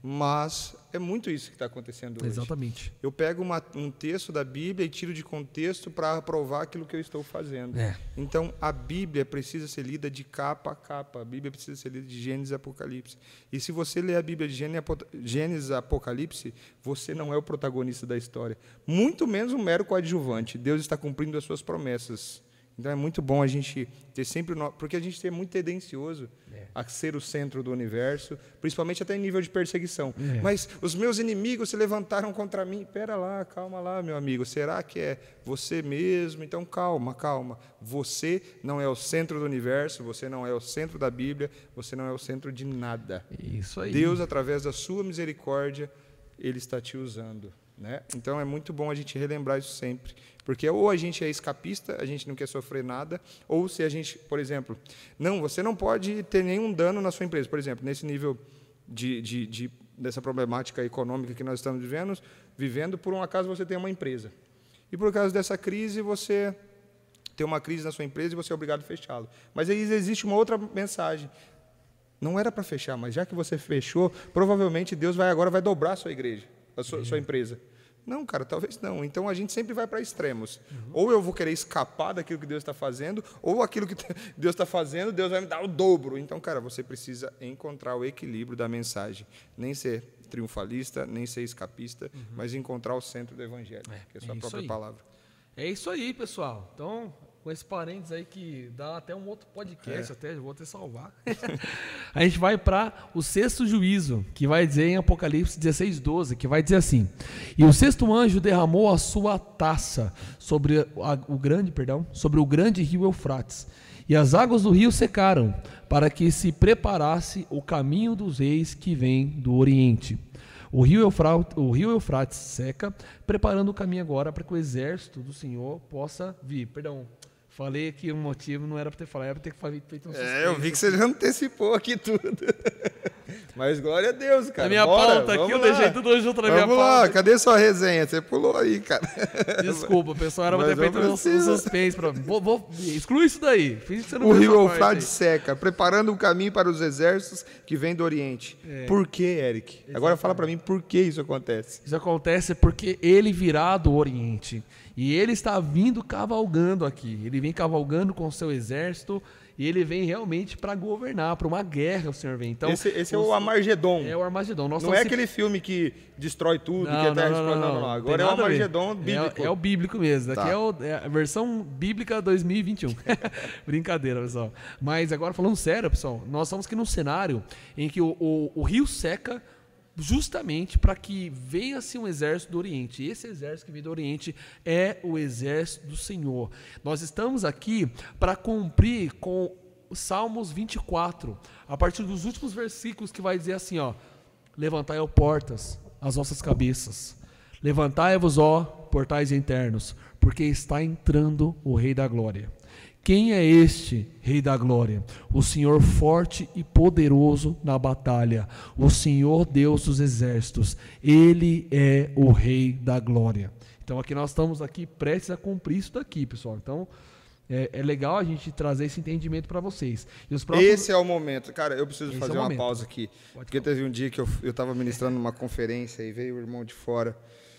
Mas é muito isso que está acontecendo hoje. Exatamente. Eu pego um texto da Bíblia e tiro de contexto para aprovar aquilo que eu estou fazendo. Então, a Bíblia precisa ser lida de capa a capa. A Bíblia precisa ser lida de Gênesis e Apocalipse. E se você ler a Bíblia de Gênesis e Apocalipse, você não é o protagonista da história. Muito menos um mero coadjuvante. Deus está cumprindo as suas promessas. Então é muito bom a gente ter sempre... Porque a gente é muito tendencioso a ser o centro do universo, principalmente até em nível de perseguição. Mas os meus inimigos se levantaram contra mim. Pera lá, calma lá, meu amigo. Será que é você mesmo? Então calma, calma. Você não é o centro do universo, você não é o centro da Bíblia, você não é o centro de nada. Isso aí. Deus, através da sua misericórdia, Ele está te usando. né? Então é muito bom a gente relembrar isso sempre, porque ou a gente é escapista, a gente não quer sofrer nada, ou se a gente, por exemplo, você não pode ter nenhum dano na sua empresa, por exemplo, nesse nível dessa problemática econômica que nós estamos vivendo, por um acaso você tem uma empresa, e por causa dessa crise você tem uma crise na sua empresa e você é obrigado a fechá-lo. Mas aí existe uma outra mensagem. Não era para fechar, mas já que você fechou, provavelmente Deus agora vai dobrar a sua igreja, a sua empresa. Não, cara, talvez não. Então a gente sempre vai para extremos. Ou eu vou querer escapar daquilo que Deus está fazendo, ou aquilo que Deus está fazendo, Deus vai me dar o dobro. Então, cara, você precisa encontrar o equilíbrio da mensagem. Nem ser triunfalista, nem ser escapista, mas encontrar o centro do evangelho, que é a sua própria palavra. É isso aí, pessoal. Então, com esse parênteses aí que dá até um outro podcast, até vou até salvar. A gente vai para o sexto juízo, que vai dizer em Apocalipse 16:12, que vai dizer assim: e o sexto anjo derramou a sua taça sobre o grande rio Eufrates, e as águas do rio secaram, para que se preparasse o caminho dos reis que vêm do Oriente. O rio Eufrates seca, preparando o caminho agora para que o exército do Senhor possa vir. Perdão, falei que o motivo não era para ter falado, era para ter feito um suspense. Eu vi que você já antecipou aqui tudo. Mas glória a Deus, cara. Na minha pauta aqui, eu deixei tudo junto na minha pauta. Vamos lá, cadê sua resenha? Você pulou aí, cara. Desculpa, pessoal, era para ter feito um suspense. Exclui isso daí. O rio Eufrates seca, preparando o caminho para os exércitos que vêm do Oriente. Por que, Eric? Exatamente. Agora fala para mim por que isso acontece. Isso acontece porque ele virá do Oriente. E ele está vindo cavalgando aqui. Ele vem cavalgando com o seu exército. E ele vem realmente para governar, para uma guerra o Senhor vem. Então, esse é o Armagedon. É o Armagedon. Não é aquele filme que destrói tudo, que a Terra explode. Não. Agora é o Armagedon bíblico. É o bíblico mesmo. Tá. Aqui é a versão bíblica 2021. Brincadeira, pessoal. Mas agora falando sério, pessoal, nós estamos aqui num cenário em que o rio seca justamente para que venha-se um exército do Oriente. E esse exército que vem do Oriente é o exército do Senhor. Nós estamos aqui para cumprir com Salmos 24, a partir dos últimos versículos, que vai dizer assim, ó: levantai, ó portas, as vossas cabeças, levantai-vos, ó portais internos, porque está entrando o Rei da Glória. Quem é este Rei da Glória? O Senhor forte e poderoso na batalha, o Senhor Deus dos exércitos. Ele é o Rei da Glória. Então aqui nós estamos aqui prestes a cumprir isso daqui, pessoal. Então é legal a gente trazer esse entendimento para vocês. Esse é o momento. Cara, eu preciso fazer uma pausa aqui. Porque teve um dia que eu estava ministrando numa conferência e veio o irmão de fora.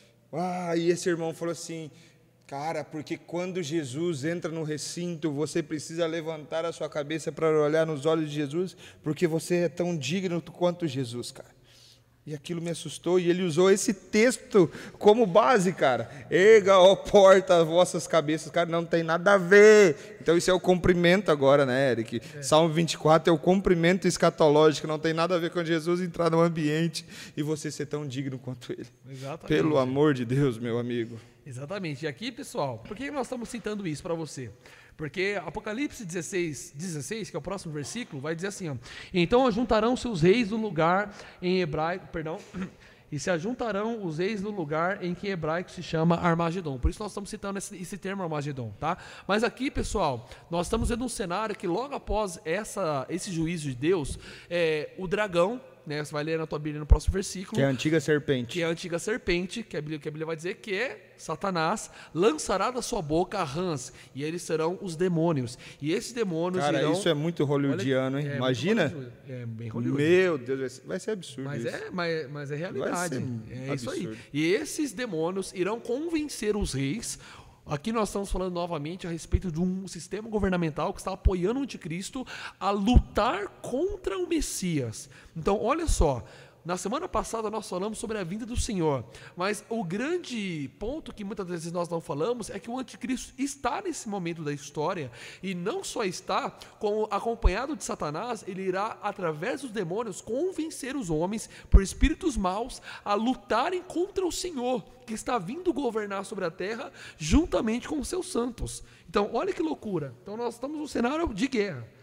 E esse irmão falou assim: cara, porque quando Jesus entra no recinto, você precisa levantar a sua cabeça para olhar nos olhos de Jesus, porque você é tão digno quanto Jesus, cara. E aquilo me assustou, e ele usou esse texto como base, cara. Erga, ó porta, as vossas cabeças. Cara, não tem nada a ver. Então isso é o cumprimento agora, né, Eric? Salmo 24 é o cumprimento escatológico, não tem nada a ver com Jesus entrar no ambiente e você ser tão digno quanto ele. Exatamente. Pelo amor de Deus, meu amigo. Exatamente. E aqui, pessoal, por que nós estamos citando isso para você? Porque Apocalipse 16, que é o próximo versículo, vai dizer assim, ó: então ajuntarão-se os reis no lugar em hebraico, e se ajuntarão os reis no lugar em que em hebraico se chama Armagedon. Por isso nós estamos citando esse termo Armagedon, tá? Mas aqui, pessoal, nós estamos vendo um cenário que logo após esse juízo de Deus, o dragão, né, você vai ler na tua Bíblia no próximo versículo. Que é a antiga serpente. Que é a antiga serpente, que a Bíblia vai dizer que é Satanás, lançará da sua boca rãs, e eles serão os demônios. E esses demônios irão... isso é muito hollywoodiano, hein? Imagina? É bem Hollywood. Meu Deus, vai ser absurdo mas isso. Mas é realidade. É absurdo. Isso aí. E esses demônios irão convencer os reis. Aqui nós estamos falando novamente a respeito de um sistema governamental que está apoiando o anticristo a lutar contra o Messias. Então, olha só, na semana passada nós falamos sobre a vinda do Senhor, mas o grande ponto que muitas vezes nós não falamos é que o anticristo está nesse momento da história, e não só está, como acompanhado de Satanás, ele irá, através dos demônios, convencer os homens, por espíritos maus, a lutarem contra o Senhor, que está vindo governar sobre a terra, juntamente com os seus santos. Então, olha que loucura. Então, nós estamos num cenário de guerra.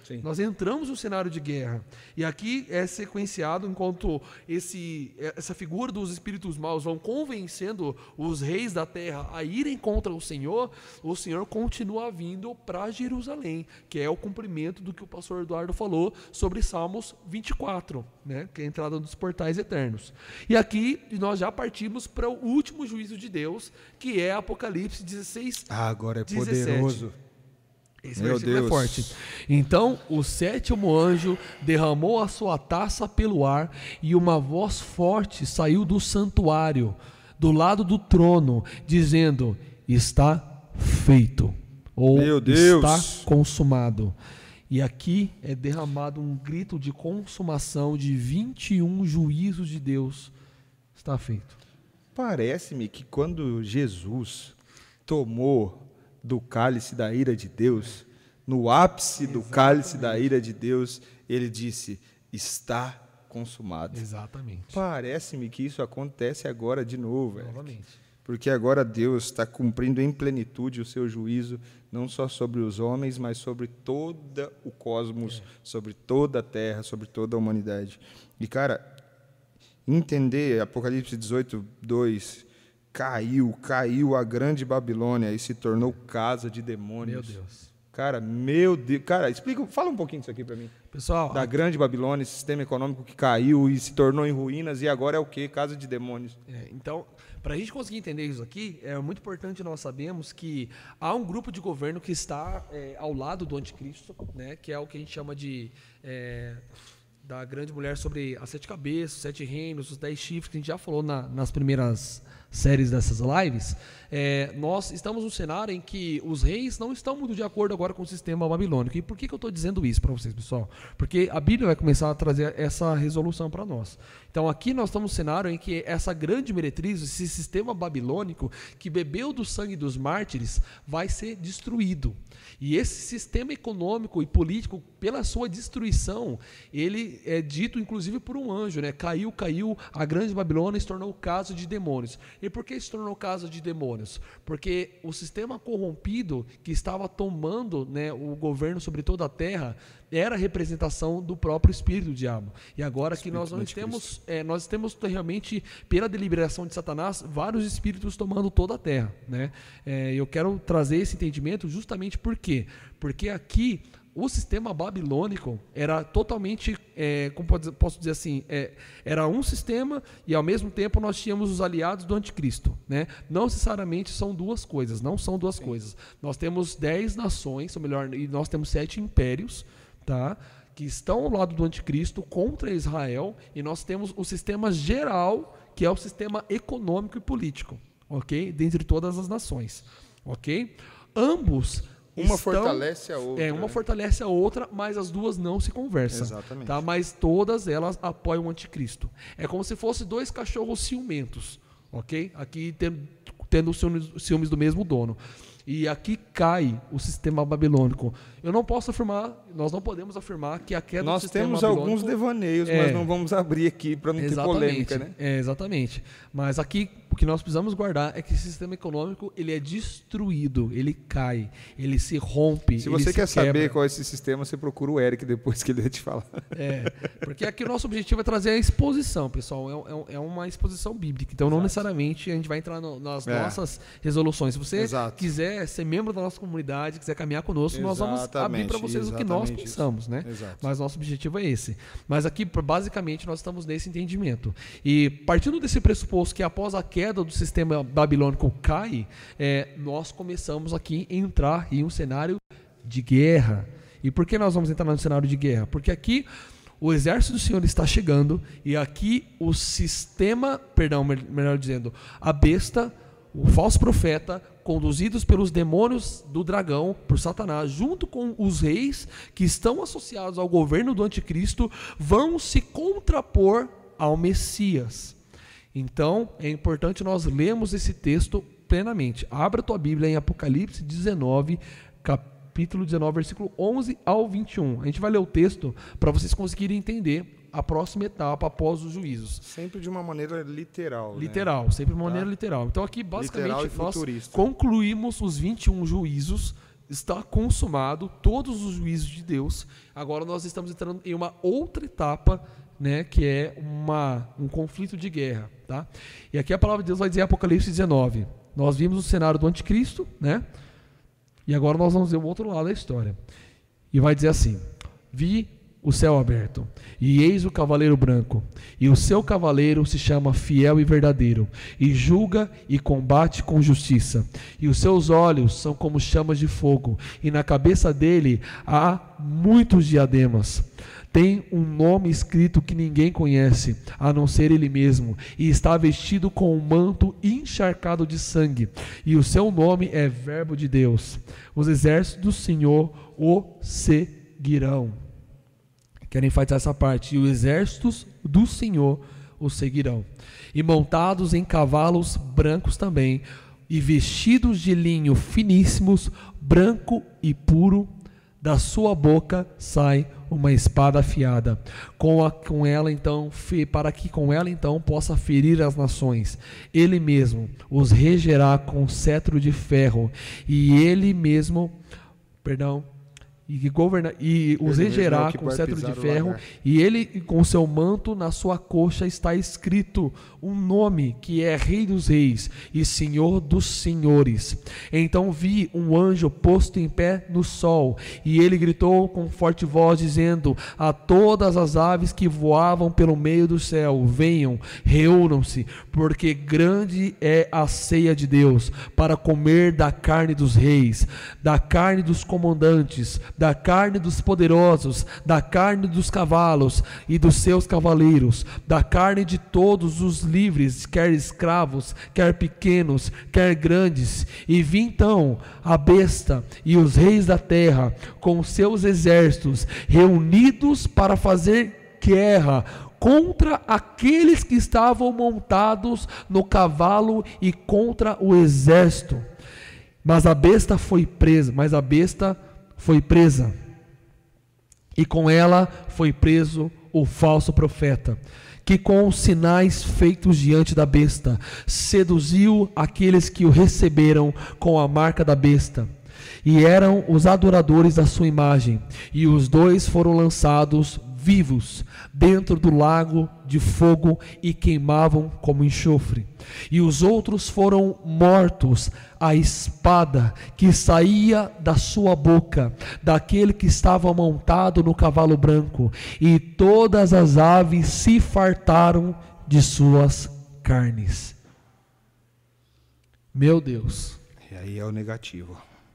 Sim. Nós entramos no cenário de guerra. E aqui é sequenciado enquanto essa figura dos espíritos maus vão convencendo os reis da terra a irem contra o Senhor continua vindo para Jerusalém, que é o cumprimento do que o pastor Eduardo falou sobre Salmos 24, né, que é a entrada dos portais eternos. E aqui nós já partimos para o último juízo de Deus, que é Apocalipse 16, agora é 17. poderoso. Esse Meu versículo Deus. é forte. Então o sétimo anjo derramou a sua taça pelo ar, e uma voz forte saiu do santuário, do lado do trono, dizendo: está feito, ou Meu Deus. está consumado. E aqui é derramado um grito de consumação de 21 juízos de Deus. Está feito. Parece-me que quando Jesus tomou do cálice da ira de Deus, no ápice do cálice da ira de Deus, ele disse: está consumado. Exatamente. Parece-me que isso acontece agora de novo, Novamente. porque agora Deus está cumprindo em plenitude o seu juízo, não só sobre os homens, mas sobre todo o cosmos, sobre toda a terra, sobre toda a humanidade. E, cara, entender Apocalipse 18, 2, caiu a grande Babilônia e se tornou casa de demônios. Meu Deus. Cara, meu Deus. Cara, fala um pouquinho disso aqui para mim. Pessoal, Da grande Babilônia, esse sistema econômico que caiu e se tornou em ruínas, e agora é o quê? Casa de demônios. então, para a gente conseguir entender isso aqui, é muito importante nós sabermos que há um grupo de governo que está ao lado do anticristo, né, que é o que a gente chama de da grande mulher sobre as 7 cabeças, os 7 reinos, os 10 chifres, que a gente já falou nas primeiras séries dessas lives. Nós estamos num cenário em que os reis não estão muito de acordo agora com o sistema babilônico. E por que eu estou dizendo isso para vocês, pessoal? Porque a Bíblia vai começar a trazer essa resolução para nós. Então aqui nós estamos num cenário em que essa grande meretriz, esse sistema babilônico que bebeu do sangue dos mártires, vai ser destruído. E esse sistema econômico e político, pela sua destruição, ele é dito inclusive por um anjo, né? Caiu, a grande Babilônia se tornou casa de demônios. E por que se tornou casa de demônios? Porque o sistema corrompido que estava tomando, né, o governo sobre toda a terra era a representação do próprio espírito do diabo. E agora que nós não temos, nós temos realmente, pela deliberação de Satanás, vários espíritos tomando toda a terra, né? Eu quero trazer esse entendimento justamente por quê? Porque aqui o sistema babilônico era totalmente, como posso dizer assim, era um sistema e ao mesmo tempo nós tínhamos os aliados do anticristo, né? Não necessariamente são duas coisas, não são duas coisas. Nós temos 10 nações, ou melhor, e nós temos 7 impérios, tá? Que estão ao lado do anticristo contra Israel, e nós temos o sistema geral, que é o sistema econômico e político, ok? Dentre todas as nações, ok? Ambos fortalece a outra. Uma fortalece a outra, mas as duas não se conversam. Exatamente. Tá? Mas todas elas apoiam o anticristo. É como se fossem 2 cachorros ciumentos, ok? Aqui tendo ciúmes do mesmo dono. E aqui cai o sistema babilônico. Eu não posso afirmar, nós não podemos afirmar que a queda do sistema babilônico... Nós temos alguns devaneios, mas não vamos abrir aqui para não ter polêmica, né? Exatamente. Mas aqui o que nós precisamos guardar é que esse sistema econômico, ele é destruído, ele cai, ele se rompe, Se você quer saber qual é esse sistema, você procura o Eric depois que ele vai te falar. Porque aqui o nosso objetivo é trazer a exposição, pessoal. É uma exposição bíblica. Então, não necessariamente a gente vai entrar nas nossas resoluções. Se você quiser ser membro da nossa comunidade, quiser caminhar conosco, nós vamos abrir para vocês o que nós pensamos, né? Mas nosso objetivo é esse. Mas aqui, basicamente, nós estamos nesse entendimento. E partindo desse pressuposto que após a queda do sistema babilônico cai, nós começamos aqui a entrar em um cenário de guerra. E por que nós vamos entrar no cenário de guerra? Porque aqui o exército do Senhor está chegando, e aqui o sistema, melhor dizendo, a besta, o falso profeta, conduzidos pelos demônios do dragão, por Satanás, junto com os reis que estão associados ao governo do anticristo, vão se contrapor ao Messias. Então, é importante nós lermos esse texto plenamente. Abra a tua Bíblia em Apocalipse 19, capítulo 19, versículo 11 ao 21. A gente vai ler o texto para vocês conseguirem entender a próxima etapa após os juízos. Sempre de uma maneira literal. Literal, né? sempre de uma maneira literal. Então aqui, basicamente, nós futurista. concluímos os 21 juízos, está consumado, todos os juízos de Deus. Agora nós estamos entrando em uma outra etapa, né, que é um conflito de guerra, tá? E aqui a palavra de Deus vai dizer em Apocalipse 19. Nós vimos o cenário do anticristo, né? E agora nós vamos ver o outro lado da história. E vai dizer assim: vi o céu aberto, e eis o cavaleiro branco, e o seu cavaleiro se chama Fiel e Verdadeiro, e julga e combate com justiça, e os seus olhos são como chamas de fogo, e na cabeça dele há muitos diademas. Tem um nome escrito que ninguém conhece, a não ser ele mesmo, e está vestido com um manto encharcado de sangue, e o seu nome é Verbo de Deus. Os exércitos do Senhor o seguirão. Quero enfatizar essa parte. E os exércitos do Senhor o seguirão. E montados em cavalos brancos também, e vestidos de linho finíssimos, branco e puro, da sua boca sai uma espada afiada, para que com ela então possa ferir as nações. Ele mesmo os regerá com cetro de ferro, e ele mesmo, e os regerá com cetro de ferro, e ele com seu manto na sua coxa está escrito um nome que é Rei dos Reis e Senhor dos Senhores. Então vi um anjo posto em pé no sol, e ele gritou com forte voz, dizendo a todas as aves que voavam pelo meio do céu: venham, reúnam-se, porque grande é a ceia de Deus, para comer da carne dos reis, da carne dos comandantes, da carne dos poderosos, da carne dos cavalos e dos seus cavaleiros, da carne de todos os livres, quer escravos, quer pequenos, quer grandes. E vi então a besta e os reis da terra com seus exércitos reunidos para fazer guerra contra aqueles que estavam montados no cavalo e contra o exército. Mas a besta foi presa, e com ela foi preso o falso profeta, que com os sinais feitos diante da besta, seduziu aqueles que o receberam com a marca da besta, e eram os adoradores da sua imagem, e os dois foram lançados vivos dentro do lago de fogo e queimavam como enxofre. E os outros foram mortos à espada que saía da sua boca, daquele que estava montado no cavalo branco, e todas as aves se fartaram de suas carnes. Meu Deus. E aí é o negativo.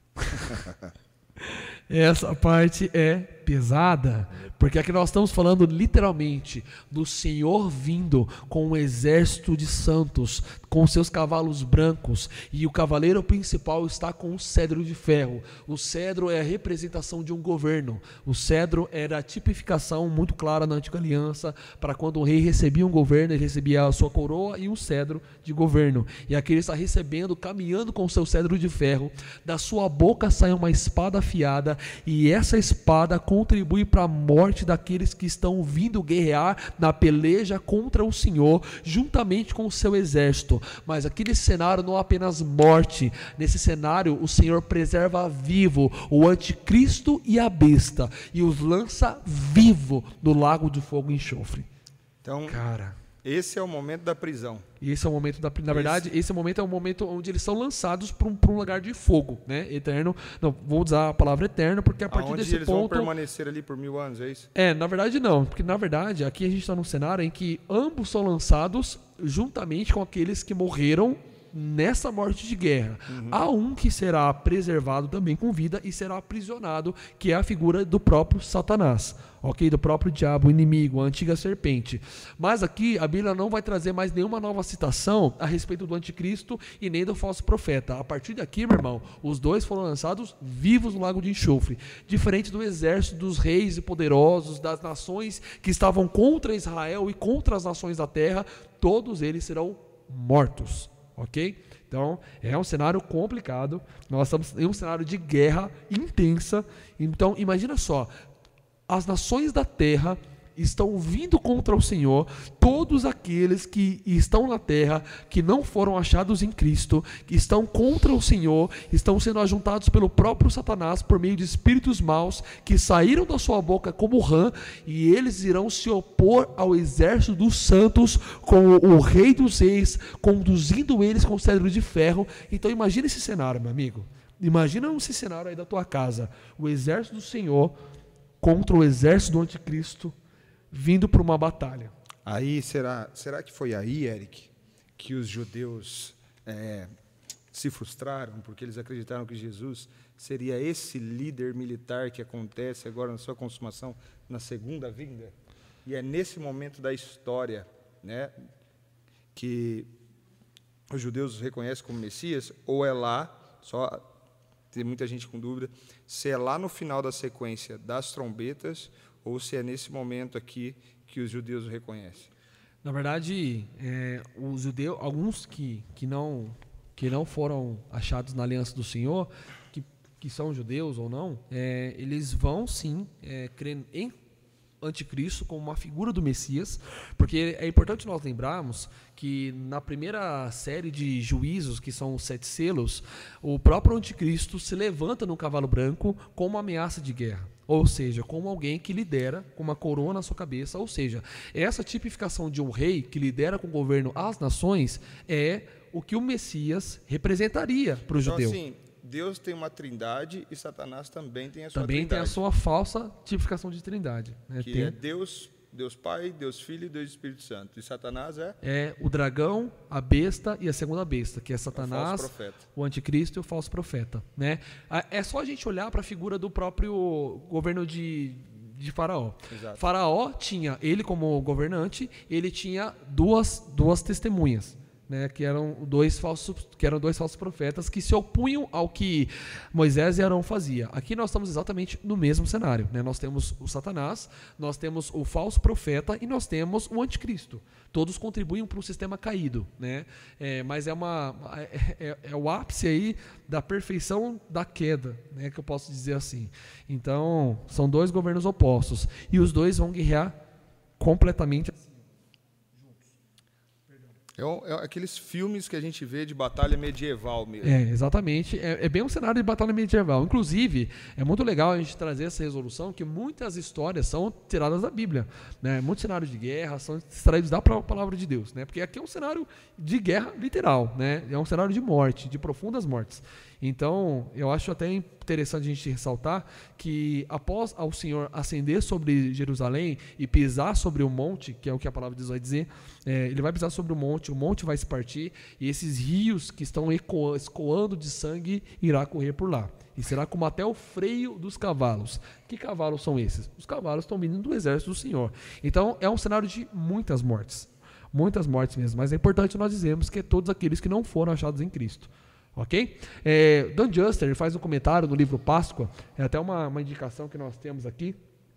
Essa parte é pesada, porque aqui nós estamos falando literalmente do Senhor vindo com um exército de santos, com seus cavalos brancos, e o cavaleiro principal está com um cedro de ferro. O cedro é a representação de um governo. O cedro era a tipificação muito clara na Antiga Aliança, para quando o rei recebia um governo, ele recebia a sua coroa e um cedro de governo. E aqui ele está recebendo, caminhando com o seu cedro de ferro, da sua boca sai uma espada afiada, e essa espada contribui para a morte daqueles que estão vindo guerrear na peleja contra o Senhor, juntamente com o seu exército. Mas aqui nesse cenário não há apenas morte. Nesse cenário o Senhor preserva vivo o anticristo e a besta, e os lança vivo no lago de fogo e enxofre. Então, esse é o momento da prisão. E esse é o momento na verdade, esse momento é o momento onde eles são lançados para um lugar de fogo, né? Eterno. Não, vou usar a palavra eterno, porque a partir desse eles ponto vão permanecer ali por 1000 anos, é isso? Na verdade não, porque na verdade aqui a gente está num cenário em que ambos são lançados juntamente com aqueles que morreram nessa morte de guerra. Há um que será preservado também com vida e será aprisionado, que é a figura do próprio Satanás, ok? Do próprio diabo, o inimigo, a antiga serpente. Mas aqui a Bíblia não vai trazer mais nenhuma nova citação a respeito do anticristo e nem do falso profeta. A partir daqui, meu irmão, os dois foram lançados vivos no lago de enxofre, diferente do exército dos reis e poderosos, das nações que estavam contra Israel e contra as nações da terra. Todos eles serão mortos. Ok? Então, é um cenário complicado. Nós estamos em um cenário de guerra intensa. Então, imagina só, as nações da terra estão vindo contra o Senhor todos aqueles que estão na terra, que não foram achados em Cristo, que estão contra o Senhor, estão sendo ajuntados pelo próprio Satanás por meio de espíritos maus que saíram da sua boca como rã, e eles irão se opor ao exército dos santos com o Rei dos Reis, conduzindo eles com cetro de ferro. Então imagina esse cenário, meu amigo. Imagina esse cenário aí da tua casa, o exército do Senhor contra o exército do anticristo vindo para uma batalha. Aí, será que foi aí, Eric, que os judeus se frustraram, porque eles acreditaram que Jesus seria esse líder militar que acontece agora na sua consumação, na segunda vinda? E é nesse momento da história, né, que os judeus reconhecem como Messias, ou é lá, só tem muita gente com dúvida, se é lá no final da sequência das trombetas, ou se é nesse momento aqui que os judeus o reconhecem? Na verdade, os judeus, alguns que não foram achados na aliança do Senhor, que são judeus ou não, eles vão sim crer em anticristo como uma figura do Messias, porque é importante nós lembrarmos que na primeira série de juízos, que são os 7 selos, o próprio anticristo se levanta no cavalo branco com uma ameaça de guerra, ou seja, como alguém que lidera com uma coroa na sua cabeça, ou seja, essa tipificação de um rei que lidera com o governo as nações é o que o Messias representaria para o judeu. Assim, Deus tem uma trindade e Satanás também tem a sua trindade. Também tem a sua falsa tipificação de trindade. Né? Que é Deus Pai, Deus Filho e Deus Espírito Santo. E Satanás é o dragão, a besta e a segunda besta, que é Satanás, o anticristo e o falso profeta. Né? É só a gente olhar para a figura do próprio governo de Faraó. Exato. Faraó tinha, ele como governante, ele tinha duas testemunhas. Né, que eram dois falsos profetas que se opunham ao que Moisés e Arão faziam. Aqui nós estamos exatamente no mesmo cenário. Né? Nós temos o Satanás, nós temos o falso profeta e nós temos o anticristo. Todos contribuem para um sistema caído. Né? Mas é o ápice aí da perfeição da queda, né, que eu posso dizer assim. Então, são dois governos opostos. E os dois vão guerrear completamente assim. É aqueles filmes que a gente vê de batalha medieval mesmo. Exatamente. É bem um cenário de batalha medieval. Inclusive, é muito legal a gente trazer essa resolução, que muitas histórias são tiradas da Bíblia. Né? Muitos cenários de guerra são extraídos da palavra de Deus. Né? Porque aqui é um cenário de guerra literal. Né? É um cenário de morte, de profundas mortes. Então, eu acho até interessante a gente ressaltar que após o Senhor ascender sobre Jerusalém e pisar sobre o monte, que é o que a palavra de Deus vai dizer, ele vai pisar sobre o monte vai se partir, e esses rios que estão escoando de sangue irá correr por lá. E será como até o freio dos cavalos. Que cavalos são esses? Os cavalos estão vindo do exército do Senhor. Então, é um cenário de muitas mortes mesmo. Mas é importante nós dizermos que é todos aqueles que não foram achados em Cristo. Ok? Dan Juster, ele faz um comentário no livro Páscoa, é até uma indicação que nós temos aqui,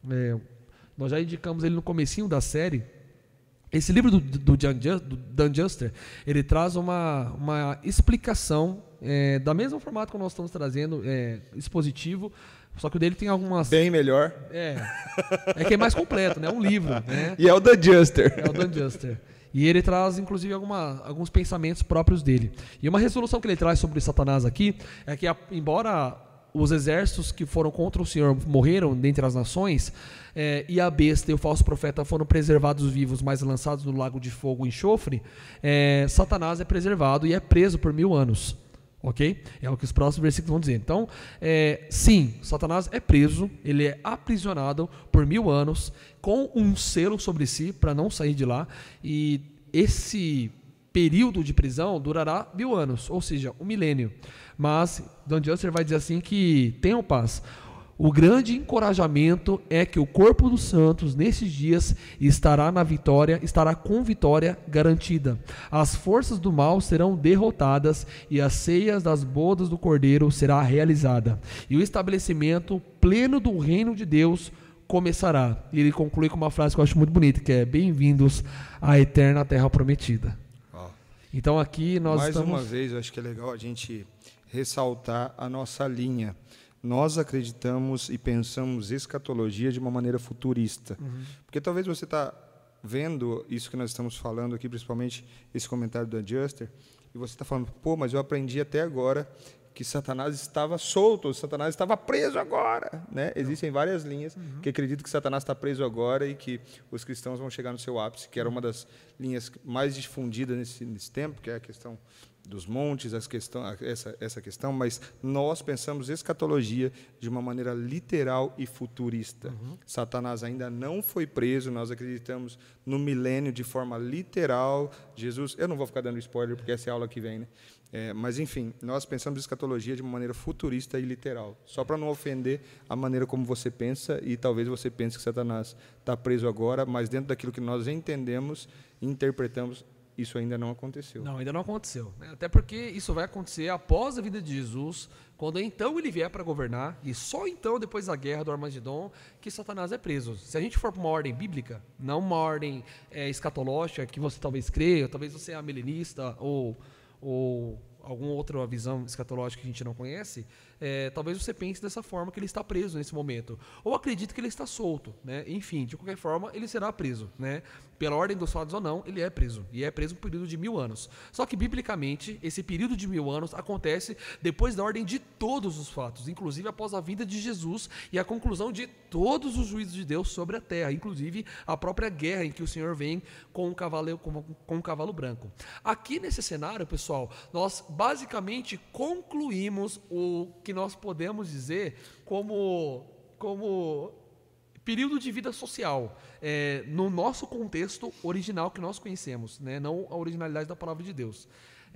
nós já indicamos ele no comecinho da série. Esse livro do Dan Juster, ele traz uma explicação, da mesma formato que nós estamos trazendo, expositivo, só que o dele tem algumas... Bem melhor. Que é mais completo, né? Um livro. Né? E é o Dan Juster. É o Dan Juster. E ele traz, inclusive, alguns pensamentos próprios dele. E uma resolução que ele traz sobre Satanás aqui é que, embora os exércitos que foram contra o Senhor morreram dentre as nações, e a besta e o falso profeta foram preservados vivos, mas lançados no lago de fogo e enxofre, Satanás é preservado e é preso por 1000 anos. Ok? É o que os próximos versículos vão dizer. Então, sim, Satanás é preso, ele é aprisionado por 1000 anos, com um selo sobre si, para não sair de lá, e esse período de prisão durará 1000 anos, ou seja, 1 milênio. Mas, Dan Juster vai dizer assim que, tenham paz, o grande encorajamento é que o corpo dos santos, nesses dias, estará com vitória garantida. As forças do mal serão derrotadas e as ceias das bodas do Cordeiro será realizada. E o estabelecimento pleno do reino de Deus começará. E ele conclui com uma frase que eu acho muito bonita, que é: bem-vindos à eterna terra prometida. Então aqui nós Mais uma vez, eu acho que é legal a gente ressaltar a nossa linha. nós acreditamos e pensamos escatologia de uma maneira futurista. Porque talvez você está vendo isso que nós estamos falando aqui, principalmente esse comentário do Adjuster, e você está falando, pô, mas eu aprendi até agora que Satanás estava solto, Satanás estava preso agora, né? Existem várias linhas que acreditam que Satanás está preso agora e que os cristãos vão chegar no seu ápice, que era uma das linhas mais difundidas nesse tempo, que é a questão dos montes, essa questão, mas nós pensamos escatologia de uma maneira literal e futurista. Satanás ainda não foi preso, nós acreditamos no milênio de forma literal. Jesus, eu não vou ficar dando spoiler, porque essa é a aula que vem, né? Mas, enfim, nós pensamos escatologia de uma maneira futurista e literal, só para não ofender a maneira como você pensa, e talvez você pense que Satanás está preso agora, mas dentro daquilo que nós entendemos e interpretamos, isso ainda não aconteceu. Não, ainda não aconteceu, né? Até porque isso vai acontecer após a vida de Jesus, quando então ele vier para governar, e só então, depois da guerra do Armagedon, que Satanás é preso. Se a gente for para uma ordem bíblica, não uma ordem escatológica, que você talvez creia, talvez você é milenista, ou alguma outra visão escatológica que a gente não conhece, talvez você pense dessa forma, que ele está preso nesse momento. Ou acredite que ele está solto, né? Enfim, de qualquer forma, ele será preso, né? Pela ordem dos fatos ou não, ele é preso. E é preso por um período de 1000 anos. Só que, biblicamente, esse período de 1000 anos acontece depois da ordem de todos os fatos, inclusive após a vinda de Jesus e a conclusão de todos os juízos de Deus sobre a terra, inclusive a própria guerra em que o Senhor vem com um cavalo branco. Aqui nesse cenário, pessoal, nós basicamente concluímos o que nós podemos dizer como período de vida social, no nosso contexto original que nós conhecemos, né? Não a originalidade da palavra de Deus.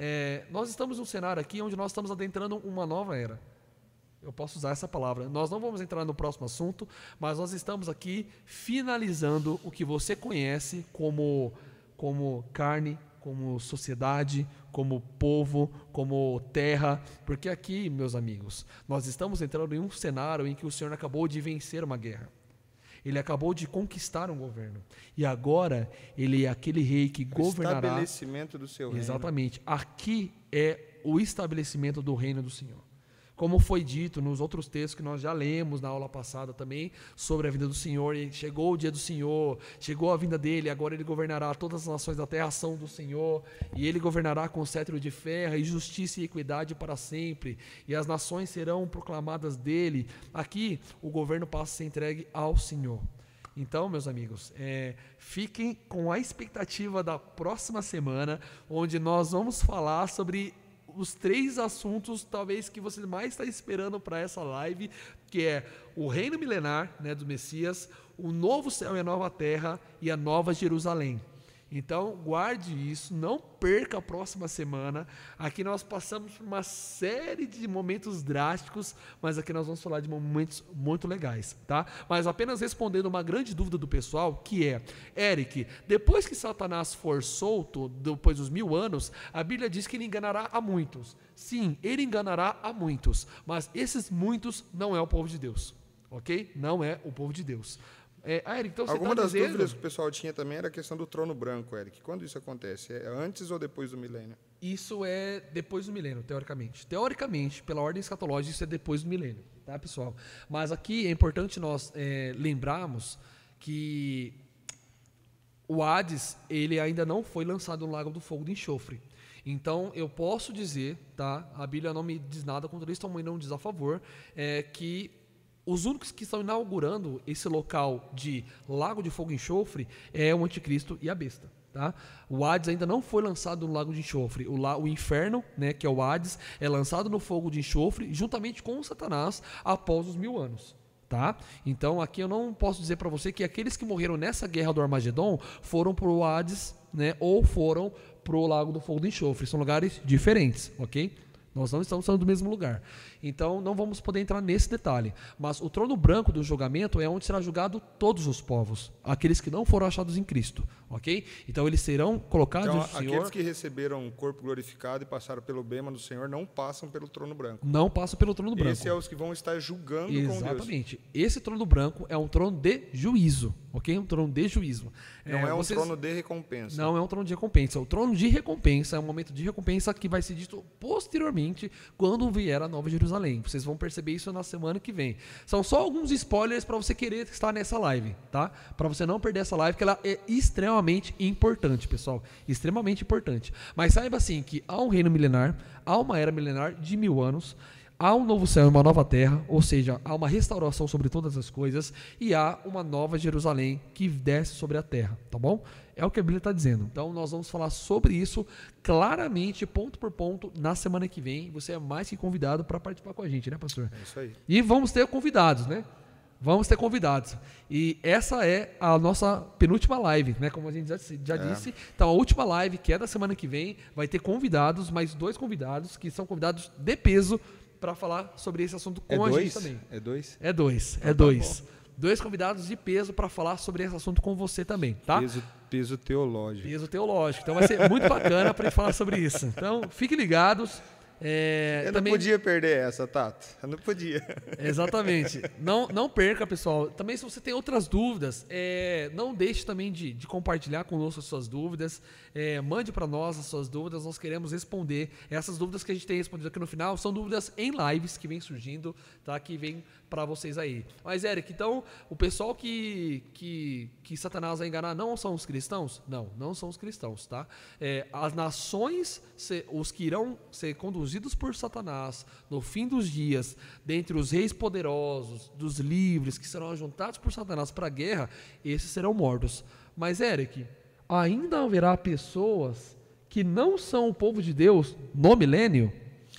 Nós estamos num cenário aqui onde nós estamos adentrando uma nova era. Eu posso usar essa palavra. Nós não vamos entrar no próximo assunto, mas nós estamos aqui finalizando o que você conhece como carne, como sociedade, como povo, como terra, porque aqui, meus amigos, nós estamos entrando em um cenário em que o Senhor acabou de vencer uma guerra. Ele acabou de conquistar um governo. E agora, ele é aquele rei que governará... O estabelecimento do seu reino. Exatamente. Aqui é o estabelecimento do reino do Senhor. Como foi dito nos outros textos que nós já lemos na aula passada também, sobre a vinda do Senhor, e chegou o dia do Senhor, chegou a vinda dele, agora ele governará todas as nações da terra, são do Senhor, e ele governará com cetro de ferro, e justiça e equidade para sempre, e as nações serão proclamadas dele. Aqui o governo passa a ser entregue ao Senhor. Então, meus amigos, fiquem com a expectativa da próxima semana, onde nós vamos falar sobre os 3 assuntos, talvez, que você mais está esperando para essa live, que é o reino milenar, né, do Messias, o novo céu e a nova terra e a nova Jerusalém. Então, guarde isso, não perca a próxima semana. Aqui nós passamos por uma série de momentos drásticos, mas aqui nós vamos falar de momentos muito legais, tá? Mas apenas respondendo uma grande dúvida do pessoal, que é: Eric, depois que Satanás for solto, depois dos 1000 anos, a Bíblia diz que ele enganará a muitos. Sim, ele enganará a muitos, mas esses muitos não é o povo de Deus, ok? Não é o povo de Deus. Eric, então você Alguma das dúvidas que o pessoal tinha também era a questão do trono branco, Eric. Quando isso acontece? É antes ou depois do milênio? Isso é depois do milênio, teoricamente. Teoricamente, pela ordem escatológica, isso é depois do milênio, tá, pessoal? Mas aqui é importante nós lembrarmos que o Hades, ele ainda não foi lançado no lago do fogo de enxofre. Então, eu posso dizer, tá? A Bíblia não me diz nada contra isso, também não diz a favor, que os únicos que estão inaugurando esse local de lago de fogo e enxofre é o anticristo e a besta, tá? O Hades ainda não foi lançado no lago de enxofre. O inferno, né, que é o Hades, é lançado no fogo de enxofre juntamente com o Satanás após os 1000 anos. Tá? Então aqui eu não posso dizer para você que aqueles que morreram nessa guerra do Armagedon foram para o Hades, né, ou foram para o lago do fogo de enxofre. São lugares diferentes, ok? Nós não estamos falando do mesmo lugar. Então, não vamos poder entrar nesse detalhe. Mas o trono branco do julgamento é onde será julgado todos os povos, aqueles que não foram achados em Cristo, ok? Então, eles serão colocados então, diante do Senhor. Aqueles que receberam um corpo glorificado e passaram pelo bema do Senhor não passam pelo trono branco. Não passam pelo trono branco. Esses são os que vão estar julgando com Deus. Exatamente. Esse trono branco é um trono de juízo, ok? Um trono de juízo. Não é um trono de recompensa. Não é um trono de recompensa. O trono de recompensa é um momento de recompensa que vai ser dito posteriormente quando vier a Nova Jerusalém. Vocês vão perceber isso na semana que vem. São só alguns spoilers para você querer estar nessa live, tá? Para você não perder essa live, que ela é extremamente importante, pessoal. Extremamente importante. Mas saiba assim que há um reino milenar, há uma era milenar de 1000 anos, há um novo céu e uma nova terra, ou seja, há uma restauração sobre todas as coisas e há uma nova Jerusalém que desce sobre a terra, tá bom? É o que a Bíblia está dizendo. Então nós vamos falar sobre isso claramente, ponto por ponto, na semana que vem. Você é mais que convidado para participar com a gente, né, pastor? É isso aí. E vamos ter convidados, né? Vamos ter convidados. E essa é a nossa penúltima live, né? Como a gente já disse. Então, a última live, que é da semana que vem, vai ter convidados, mais 2 convidados, que são convidados de peso, para falar sobre esse assunto com a gente também. É 2? É 2, é 2. 2 convidados de peso para falar sobre esse assunto com você também, tá? Peso teológico. Peso teológico. Então vai ser muito bacana para gente falar sobre isso. Então, fiquem ligados. Eu não podia perder essa, Tato. Eu não podia. Exatamente. Não perca, pessoal. Também, se você tem outras dúvidas, não deixe também de compartilhar conosco as suas dúvidas. Mande para nós as suas dúvidas. Nós queremos responder. Essas dúvidas que a gente tem respondido aqui no final são dúvidas em lives que vem surgindo, tá? Que vem para vocês aí. Mas, Eric, então, o pessoal que Satanás vai enganar não são os cristãos? Não são os cristãos, tá? As nações, os que irão ser conduzidos por Satanás no fim dos dias, dentre os reis poderosos, dos livres, que serão ajuntados por Satanás para a guerra, esses serão mortos. Mas, Eric, ainda haverá pessoas que não são o povo de Deus no milênio?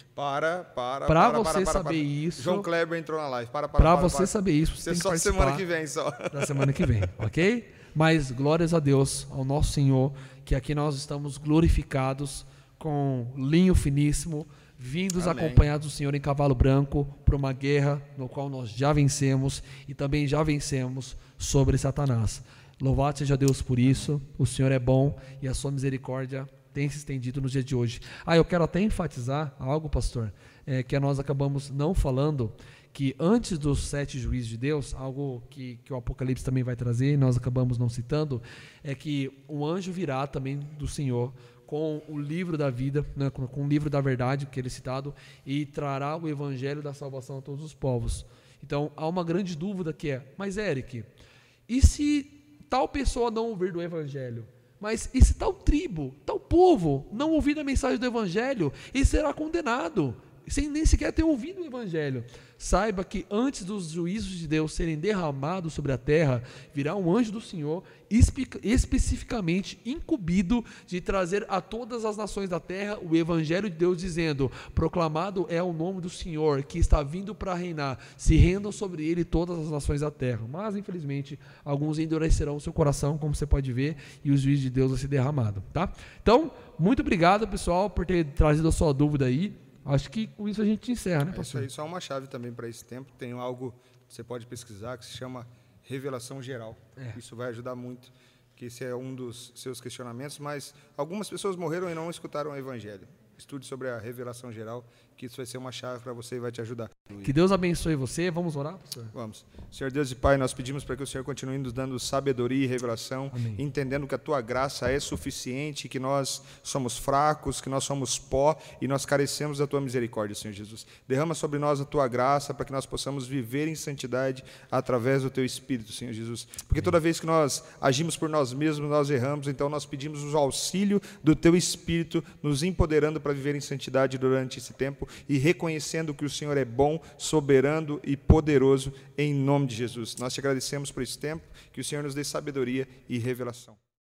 Para você saber isso. João Kleber entrou na live. Para você saber isso, você tem que participar semana que vem só. Da semana que vem, ok? Mas glórias a Deus, ao nosso Senhor, que aqui nós estamos glorificados com linho finíssimo, vindos Amém. Acompanhados do Senhor em cavalo branco para uma guerra no qual nós já vencemos e também já vencemos sobre Satanás. Louvado seja Deus por isso. O Senhor é bom e a sua misericórdia tem se estendido nos dias de hoje. Eu quero até enfatizar algo, pastor, que nós acabamos não falando, que antes dos 7 juízos de Deus, algo que o Apocalipse também vai trazer, nós acabamos não citando, é que um anjo virá também do Senhor com o livro da vida, né, com o livro da verdade, que ele é citado, e trará o evangelho da salvação a todos os povos. Então, há uma grande dúvida que mas Eric, e se tal pessoa não ouvir do evangelho? Mas e se tal tribo, tal povo, não ouvir a mensagem do evangelho, e será condenado, sem nem sequer ter ouvido o evangelho? Saiba que antes dos juízos de Deus serem derramados sobre a terra, virá um anjo do Senhor, especificamente incumbido de trazer a todas as nações da terra o evangelho de Deus, dizendo: proclamado é o nome do Senhor, que está vindo para reinar, se rendam sobre ele todas as nações da terra. Mas infelizmente alguns endurecerão o seu coração, como você pode ver, e o juízo de Deus vai ser derramado, tá? Então, muito obrigado, pessoal, por ter trazido a sua dúvida aí. Acho que com isso a gente encerra, né, pastor? Isso aí, só uma chave também para esse tempo. Tem algo que você pode pesquisar que se chama revelação geral. Isso vai ajudar muito, que esse é um dos seus questionamentos, mas algumas pessoas morreram e não escutaram o evangelho. Estude sobre a revelação geral, que isso vai ser uma chave para você e vai te ajudar. Que Deus abençoe você. Vamos orar, pastor? Vamos. Senhor Deus e Pai, nós pedimos para que o Senhor continue nos dando sabedoria e revelação, Amém. Entendendo que a Tua graça é suficiente, que nós somos fracos, que nós somos pó e nós carecemos da Tua misericórdia, Senhor Jesus. Derrama sobre nós a Tua graça para que nós possamos viver em santidade através do Teu Espírito, Senhor Jesus. Porque toda vez que nós agimos por nós mesmos, nós erramos, então nós pedimos o auxílio do Teu Espírito, nos empoderando para viver em santidade durante esse tempo e reconhecendo que o Senhor é bom, soberano e poderoso, em nome de Jesus. Nós te agradecemos por esse tempo, que o Senhor nos dê sabedoria e revelação.